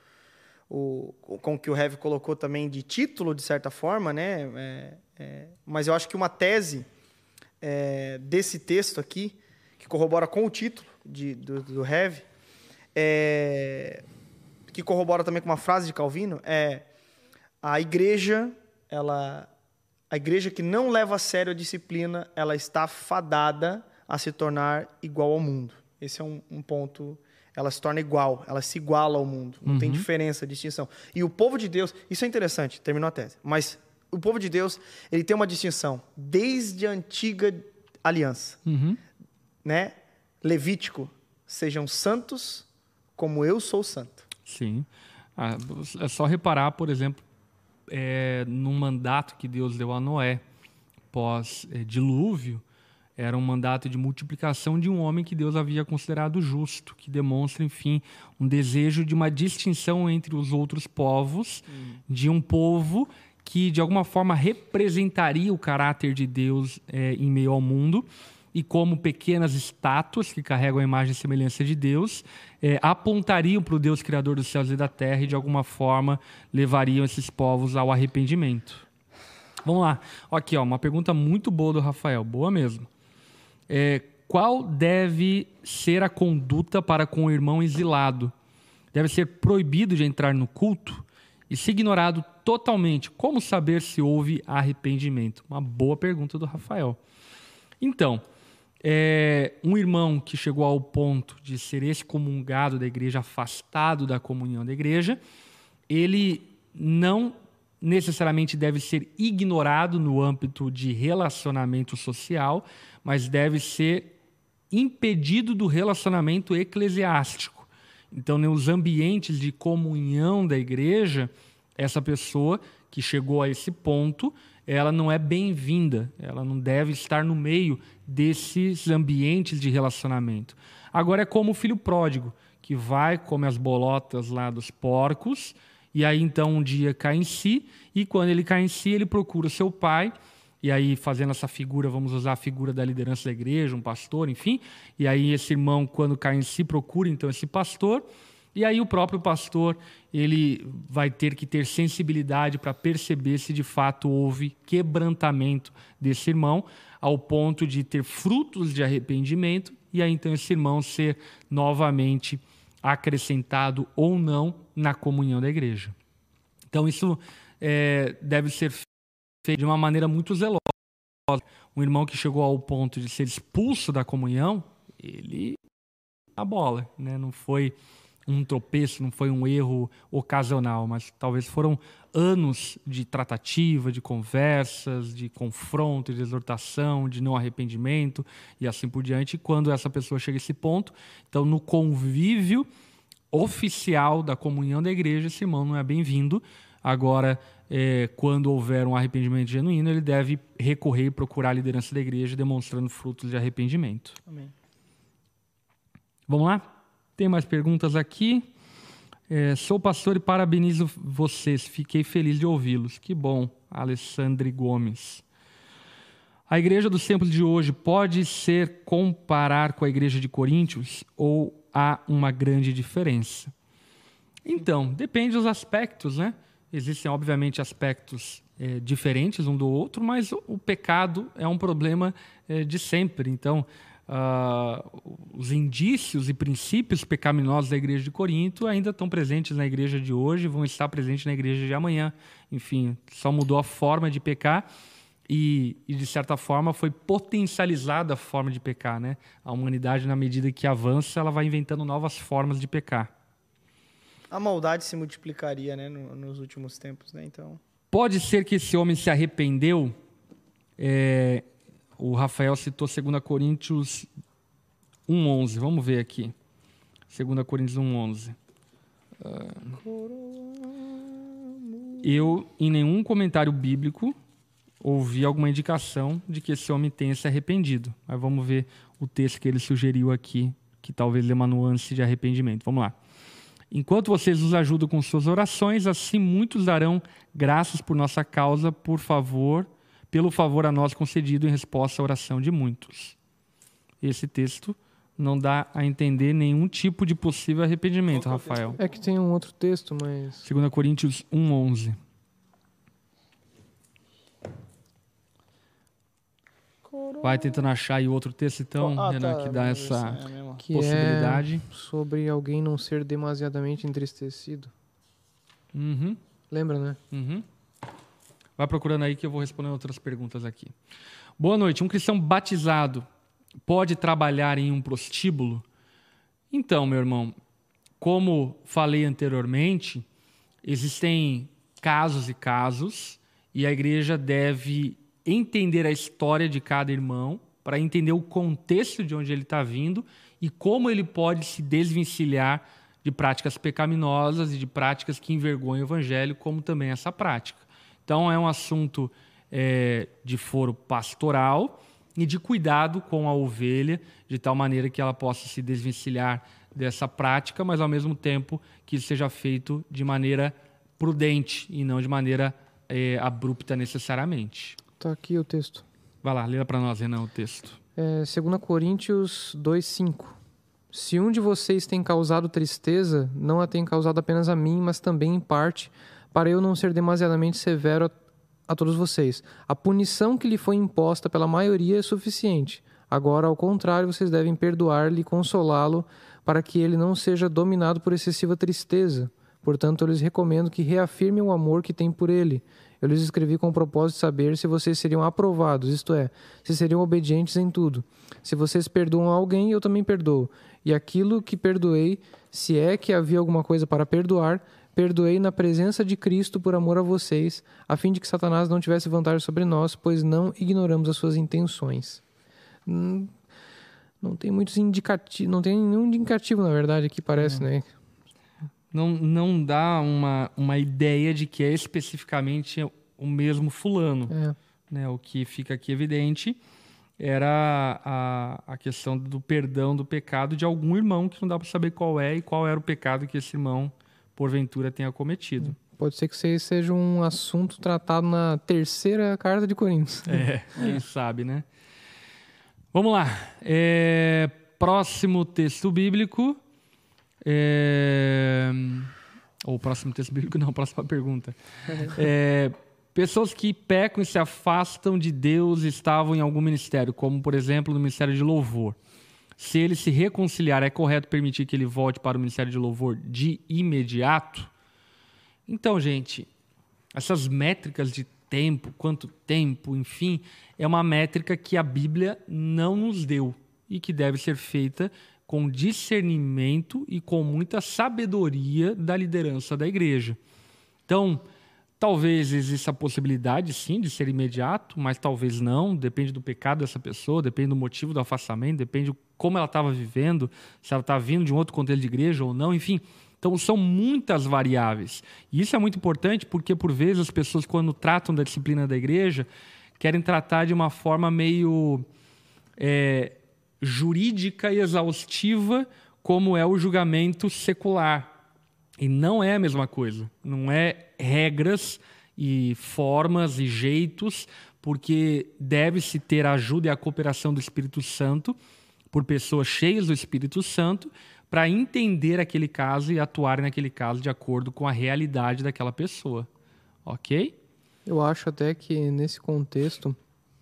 Speaker 2: o que o Heavy colocou também de título, de certa forma, né? Mas eu acho que uma tese desse texto aqui, que corrobora com o título do Heavy, que corrobora também com uma frase de Calvino, a igreja que não leva a sério a disciplina, ela está fadada a se tornar igual ao mundo. Esse é um ponto. Ela se torna igual, ela se iguala ao mundo. Não tem diferença, distinção. E o povo de Deus, isso é interessante, terminou a tese, mas o povo de Deus, ele tem uma distinção desde a antiga aliança. Né? Levítico, sejam santos como eu sou santo.
Speaker 1: Sim. É só reparar, por exemplo, no mandato que Deus deu a Noé pós-dilúvio, era um mandato de multiplicação de um homem que Deus havia considerado justo, que demonstra, enfim, um desejo de uma distinção entre os outros povos, de um povo que, de alguma forma, representaria o caráter de Deus em meio ao mundo. e como pequenas estátuas que carregam a imagem e semelhança de Deus, apontariam para o Deus Criador dos céus e da terra e, de alguma forma, levariam esses povos ao arrependimento. Vamos lá. Aqui, uma pergunta muito boa do Rafael, boa mesmo. Qual deve ser a conduta para com o irmão exilado? Deve ser proibido de entrar no culto? E se ignorado totalmente, como saber se houve arrependimento? Uma boa pergunta do Rafael. Então, um irmão que chegou ao ponto de ser excomungado da igreja, afastado da comunhão da igreja, ele não necessariamente deve ser ignorado no âmbito de relacionamento social, mas deve ser impedido do relacionamento eclesiástico. Então, nos ambientes de comunhão da igreja, essa pessoa que chegou a esse ponto, ela não é bem-vinda, ela não deve estar no meio desses ambientes de relacionamento. Agora é como o filho pródigo, que vai, come as bolotas lá dos porcos, e aí então um dia cai em si, e quando ele cai em si, ele procura seu pai, e aí fazendo essa figura, vamos usar a figura da liderança da igreja, um pastor, enfim, e aí esse irmão, quando cai em si, procura então esse pastor, e aí o próprio pastor, ele vai ter que ter sensibilidade para perceber se de fato houve quebrantamento desse irmão, ao ponto de ter frutos de arrependimento, e aí então esse irmão ser novamente acrescentado ou não na comunhão da igreja. Então isso deve ser feito de uma maneira muito zelosa. Um irmão que chegou ao ponto de ser expulso da comunhão, ele a bola, né? Não foi um tropeço, não foi um erro ocasional, mas talvez foram anos de tratativa, de conversas, de confronto, de exortação, de não arrependimento e assim por diante. E quando essa pessoa chega a esse ponto, então no convívio oficial da comunhão da igreja, esse irmão não é bem-vindo. Agora, quando houver um arrependimento genuíno, ele deve recorrer e procurar a liderança da igreja, demonstrando frutos de arrependimento.
Speaker 2: Amém.
Speaker 1: Vamos lá? Tem mais perguntas aqui. Sou pastor e parabenizo vocês. Fiquei feliz de ouvi-los. Que bom, Alessandre Gomes. A igreja dos tempos de hoje pode ser comparar com a igreja de Coríntios ou há uma grande diferença? Então, depende dos aspectos, né? Existem, obviamente, aspectos diferentes um do outro, mas o pecado é um problema de sempre. Então, os indícios e princípios pecaminosos da igreja de Corinto ainda estão presentes na igreja de hoje, vão estar presentes na igreja de amanhã. Enfim, só mudou a forma de pecar e de certa forma, foi potencializada a forma de pecar, né? A humanidade, na medida que avança, ela vai inventando novas formas de pecar.
Speaker 2: A maldade se multiplicaria, né, nos últimos tempos, né? Então,
Speaker 1: pode ser que esse homem se arrependeu. O Rafael citou 2 Coríntios 1,11. Vamos ver aqui. 2 Coríntios 1,11. Eu, em nenhum comentário bíblico, ouvi alguma indicação de que esse homem tenha se arrependido. Mas vamos ver o texto que ele sugeriu aqui, que talvez dê uma nuance de arrependimento. Vamos lá. Enquanto vocês nos ajudam com suas orações, assim muitos darão graças por nossa causa, pelo favor a nós concedido em resposta à oração de muitos. Esse texto não dá a entender nenhum tipo de possível arrependimento, Rafael.
Speaker 3: É que tem um outro texto, mas...
Speaker 1: 2 Coríntios 1,11. Vai tentando achar aí outro texto, então, Renan, que dá essa possibilidade.
Speaker 3: É sobre alguém não ser demasiadamente entristecido.
Speaker 1: Uhum.
Speaker 3: Lembra, né?
Speaker 1: Uhum. Vai procurando aí que eu vou responder outras perguntas aqui. Boa noite. Um cristão batizado pode trabalhar em um prostíbulo? Então, meu irmão, como falei anteriormente, existem casos e casos, e a igreja deve entender a história de cada irmão para entender o contexto de onde ele está vindo e como ele pode se desvencilhar de práticas pecaminosas e de práticas que envergonham o evangelho, como também essa prática. Então, é um assunto de foro pastoral e de cuidado com a ovelha, de tal maneira que ela possa se desvencilhar dessa prática, mas, ao mesmo tempo, que isso seja feito de maneira prudente e não de maneira abrupta necessariamente.
Speaker 3: Está aqui o texto.
Speaker 1: Vai lá, lê para nós, Renan, o texto.
Speaker 3: 2 Coríntios 2:5. Se um de vocês tem causado tristeza, não a tem causado apenas a mim, mas também em parte, para eu não ser demasiadamente severo a todos vocês. A punição que lhe foi imposta pela maioria é suficiente. Agora, ao contrário, vocês devem perdoar-lhe e consolá-lo para que ele não seja dominado por excessiva tristeza. Portanto, eu lhes recomendo que reafirmem o amor que têm por ele. Eu lhes escrevi com o propósito de saber se vocês seriam aprovados, isto é, se seriam obedientes em tudo. Se vocês perdoam alguém, eu também perdoo. E aquilo que perdoei, se é que havia alguma coisa para perdoar, perdoei na presença de Cristo por amor a vocês, a fim de que Satanás não tivesse vantagem sobre nós, pois não ignoramos as suas intenções. Não tem muitos indicativos, não tem nenhum indicativo, na verdade, aqui parece, né?
Speaker 1: Não dá uma ideia de que é especificamente o mesmo fulano. Né? O que fica aqui evidente era a questão do perdão do pecado de algum irmão que não dá para saber qual é e qual era o pecado que esse irmão, porventura, tenha cometido.
Speaker 3: Pode ser que isso seja um assunto tratado na 3ª carta de Coríntios.
Speaker 1: Quem sabe, né? Vamos lá. Próximo texto bíblico. Ou próximo texto bíblico, não, próxima pergunta. Pessoas que pecam e se afastam de Deus estavam em algum ministério, como, por exemplo, no ministério de louvor. Se ele se reconciliar, é correto permitir que ele volte para o ministério de louvor de imediato? Então, gente, essas métricas de tempo, quanto tempo, enfim, é uma métrica que a Bíblia não nos deu e que deve ser feita com discernimento e com muita sabedoria da liderança da igreja. Então, talvez exista a possibilidade, sim, de ser imediato, mas talvez não, depende do pecado dessa pessoa, depende do motivo do afastamento, depende de como ela estava vivendo, se ela está vindo de um outro contexto de igreja ou não, enfim. Então, são muitas variáveis. E isso é muito importante porque, por vezes, as pessoas, quando tratam da disciplina da igreja, querem tratar de uma forma meio jurídica e exaustiva, como é o julgamento secular. E não é a mesma coisa. Não é regras e formas e jeitos, porque deve-se ter a ajuda e a cooperação do Espírito Santo por pessoas cheias do Espírito Santo para entender aquele caso e atuar naquele caso de acordo com a realidade daquela pessoa. Ok?
Speaker 3: Eu acho até que nesse contexto,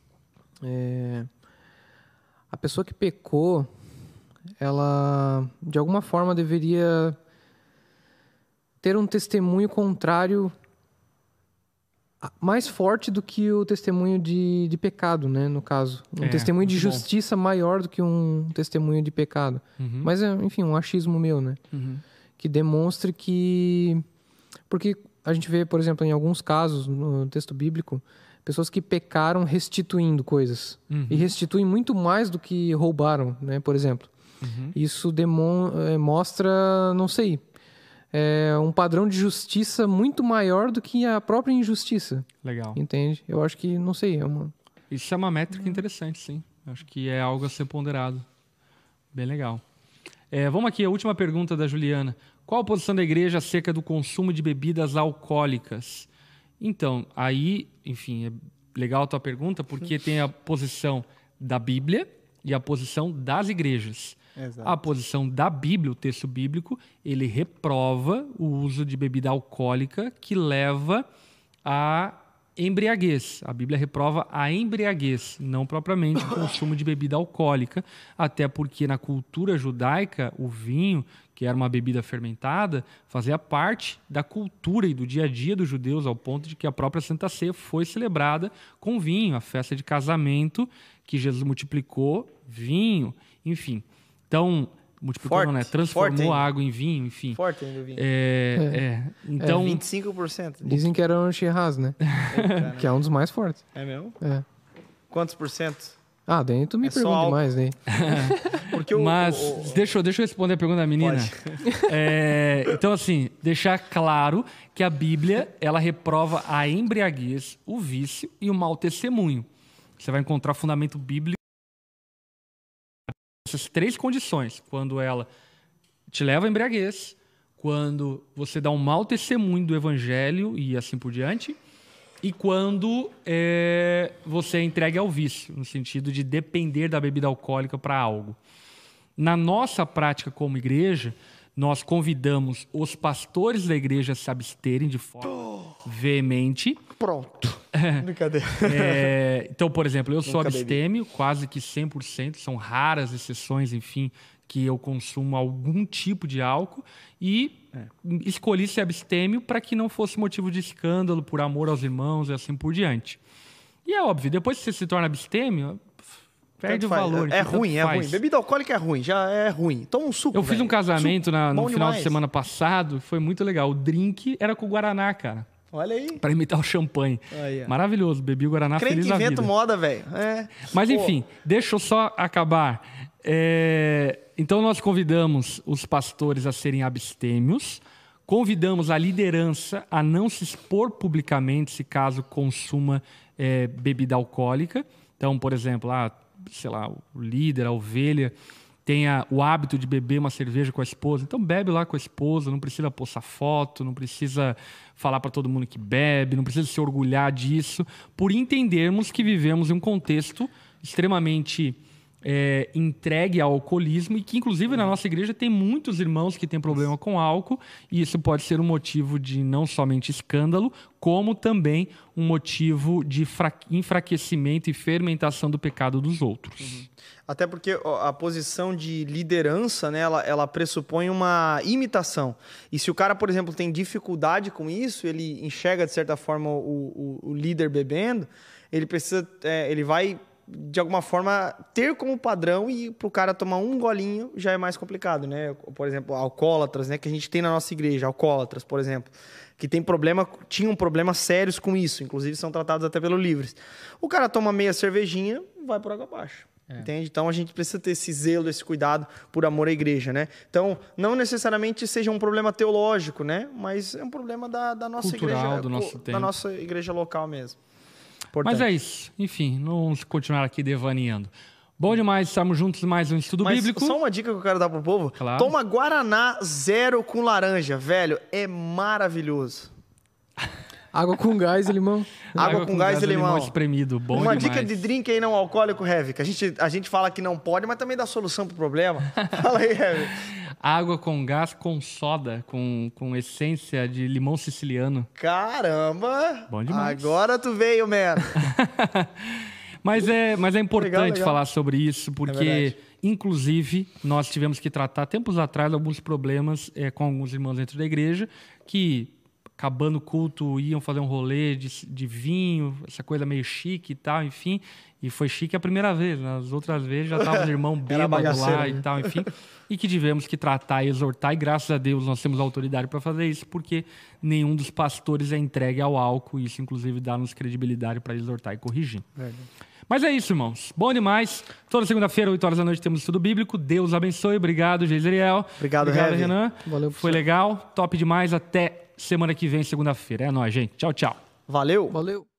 Speaker 3: a pessoa que pecou, ela de alguma forma deveria ter um testemunho contrário mais forte do que o testemunho de pecado, né, no caso. Um testemunho de justiça maior do que um testemunho de pecado. Uhum. Mas, enfim, um achismo meu, né? Uhum. Que demonstre que... Porque a gente vê, por exemplo, em alguns casos no texto bíblico, pessoas que pecaram restituindo coisas. Uhum. E restituem muito mais do que roubaram, né, por exemplo. Uhum. Isso mostra, não sei... um padrão de justiça muito maior do que a própria injustiça.
Speaker 1: Legal.
Speaker 3: Entende? Eu acho que, não sei,
Speaker 1: Isso é uma métrica interessante, sim. Acho que é algo a ser ponderado. Bem legal. Vamos aqui, a última pergunta da Juliana. Qual a posição da igreja acerca do consumo de bebidas alcoólicas? Então, aí, enfim, é legal a tua pergunta, porque tem a posição da Bíblia e a posição das igrejas.
Speaker 2: Exato.
Speaker 1: A posição da Bíblia, o texto bíblico, ele reprova o uso de bebida alcoólica que leva à embriaguez. A Bíblia reprova a embriaguez, não propriamente o consumo de bebida alcoólica, até porque na cultura judaica, o vinho, que era uma bebida fermentada, fazia parte da cultura e do dia a dia dos judeus, ao ponto de que a própria Santa Ceia foi celebrada com vinho, a festa de casamento que Jesus multiplicou vinho, enfim. Então, multiplicou, não, né? Transformou a água em vinho, enfim.
Speaker 2: Forte ainda o vinho.
Speaker 1: Então,
Speaker 2: 25%.
Speaker 3: Dizem que era um Shiraz, né? Que é um dos mais fortes.
Speaker 2: É mesmo?
Speaker 3: É.
Speaker 2: Quantos por cento?
Speaker 3: Ah, daí tu me pergunta demais, né?
Speaker 2: Porque
Speaker 1: deixa eu responder a pergunta da menina. Então, assim, deixar claro que a Bíblia, ela reprova a embriaguez, o vício e o mau testemunho. Você vai encontrar fundamento bíblico essas três condições, quando ela te leva à embriaguez, quando você dá um mau testemunho do evangelho e assim por diante, e quando você é entregue ao vício, no sentido de depender da bebida alcoólica para algo. Na nossa prática como igreja, nós convidamos os pastores da igreja a se absterem de forma veemente.
Speaker 2: Pronto. Brincadeira.
Speaker 1: Então, por exemplo, eu sou
Speaker 2: Nunca
Speaker 1: abstêmio, quase que 100%. São raras exceções, enfim, que eu consumo algum tipo de álcool. E escolhi ser abstêmio para que não fosse motivo de escândalo, por amor aos irmãos e assim por diante. E é óbvio, depois que você se torna abstêmio, perde o valor.
Speaker 2: É ruim. Bebida alcoólica é ruim, já é ruim. Toma um suco,
Speaker 1: Eu fiz um casamento no final de semana passado, foi muito legal. O drink era com Guaraná, cara.
Speaker 2: Olha aí.
Speaker 1: Para imitar o champanhe.
Speaker 2: Aí,
Speaker 1: maravilhoso, bebi o Guaraná feliz da vida.
Speaker 2: Crente inventa moda, velho.
Speaker 1: Mas enfim, deixa eu só acabar. Então nós convidamos os pastores a serem abstêmios, convidamos a liderança a não se expor publicamente se caso consuma bebida alcoólica. Então, por exemplo, o líder, a ovelha, tenha o hábito de beber uma cerveja com a esposa, então bebe lá com a esposa, não precisa postar foto, não precisa falar para todo mundo que bebe, não precisa se orgulhar disso, por entendermos que vivemos em um contexto extremamente entregue ao alcoolismo e que, inclusive, na nossa igreja tem muitos irmãos que têm problema com álcool e isso pode ser um motivo de não somente escândalo, como também um motivo de enfraquecimento e fermentação do pecado dos outros.
Speaker 2: Até porque a posição de liderança, né, ela pressupõe uma imitação. E se o cara, por exemplo, tem dificuldade com isso, ele enxerga, de certa forma, o líder bebendo, ele vai, de alguma forma, ter como padrão e para o cara tomar um golinho já é mais complicado, né? Por exemplo, alcoólatras, né, que a gente tem na nossa igreja, alcoólatras, por exemplo, que tinham problemas sérios com isso, inclusive são tratados até pelo Livres. O cara toma meia cervejinha, vai por água abaixo. Entende? Então a gente precisa ter esse zelo, esse cuidado por amor à igreja, né? Então, não necessariamente seja um problema teológico, né? Mas é um problema da nossa
Speaker 1: cultural,
Speaker 2: igreja,
Speaker 1: do nosso tempo.
Speaker 2: Da nossa igreja local mesmo.
Speaker 1: Mas é isso. Enfim, não vamos continuar aqui devaneando. Bom demais, estamos juntos mais um estudo bíblico.
Speaker 2: Só uma dica que eu quero dar pro povo.
Speaker 1: Claro.
Speaker 2: Toma Guaraná zero com laranja, velho. É maravilhoso.
Speaker 3: Água com gás e limão.
Speaker 2: Água com gás e limão
Speaker 1: espremido, bom
Speaker 2: Uma
Speaker 1: demais.
Speaker 2: dica de drink aí não alcoólico, Heavy, que a gente fala que não pode, mas também dá solução pro problema. Fala aí, Heavy.
Speaker 1: Água com gás com soda, com essência de limão siciliano.
Speaker 2: Caramba!
Speaker 1: Bom demais.
Speaker 2: Agora tu veio, man.
Speaker 1: Mas é importante
Speaker 2: legal.
Speaker 1: falar sobre isso, porque, inclusive, nós tivemos que tratar, tempos atrás, alguns problemas com alguns irmãos dentro da igreja que, acabando o culto, iam fazer um rolê de vinho, essa coisa meio chique e tal, enfim. E foi chique a primeira vez, nas outras vezes já estavam os irmãos bêbados lá e tal, enfim. E que tivemos que tratar e exortar, e graças a Deus nós temos autoridade para fazer isso, porque nenhum dos pastores é entregue ao álcool, e isso inclusive dá-nos credibilidade para exortar e corrigir. Verdade. Mas é isso, irmãos. Bom demais. Toda segunda-feira, 8 horas da noite, temos estudo bíblico. Deus abençoe. Obrigado, Geiseriel.
Speaker 2: Obrigado,
Speaker 1: Renan.
Speaker 3: Valeu,
Speaker 1: foi legal. Top demais. Até semana que vem, segunda-feira. É nóis, gente. Tchau, tchau.
Speaker 2: Valeu.
Speaker 3: Valeu.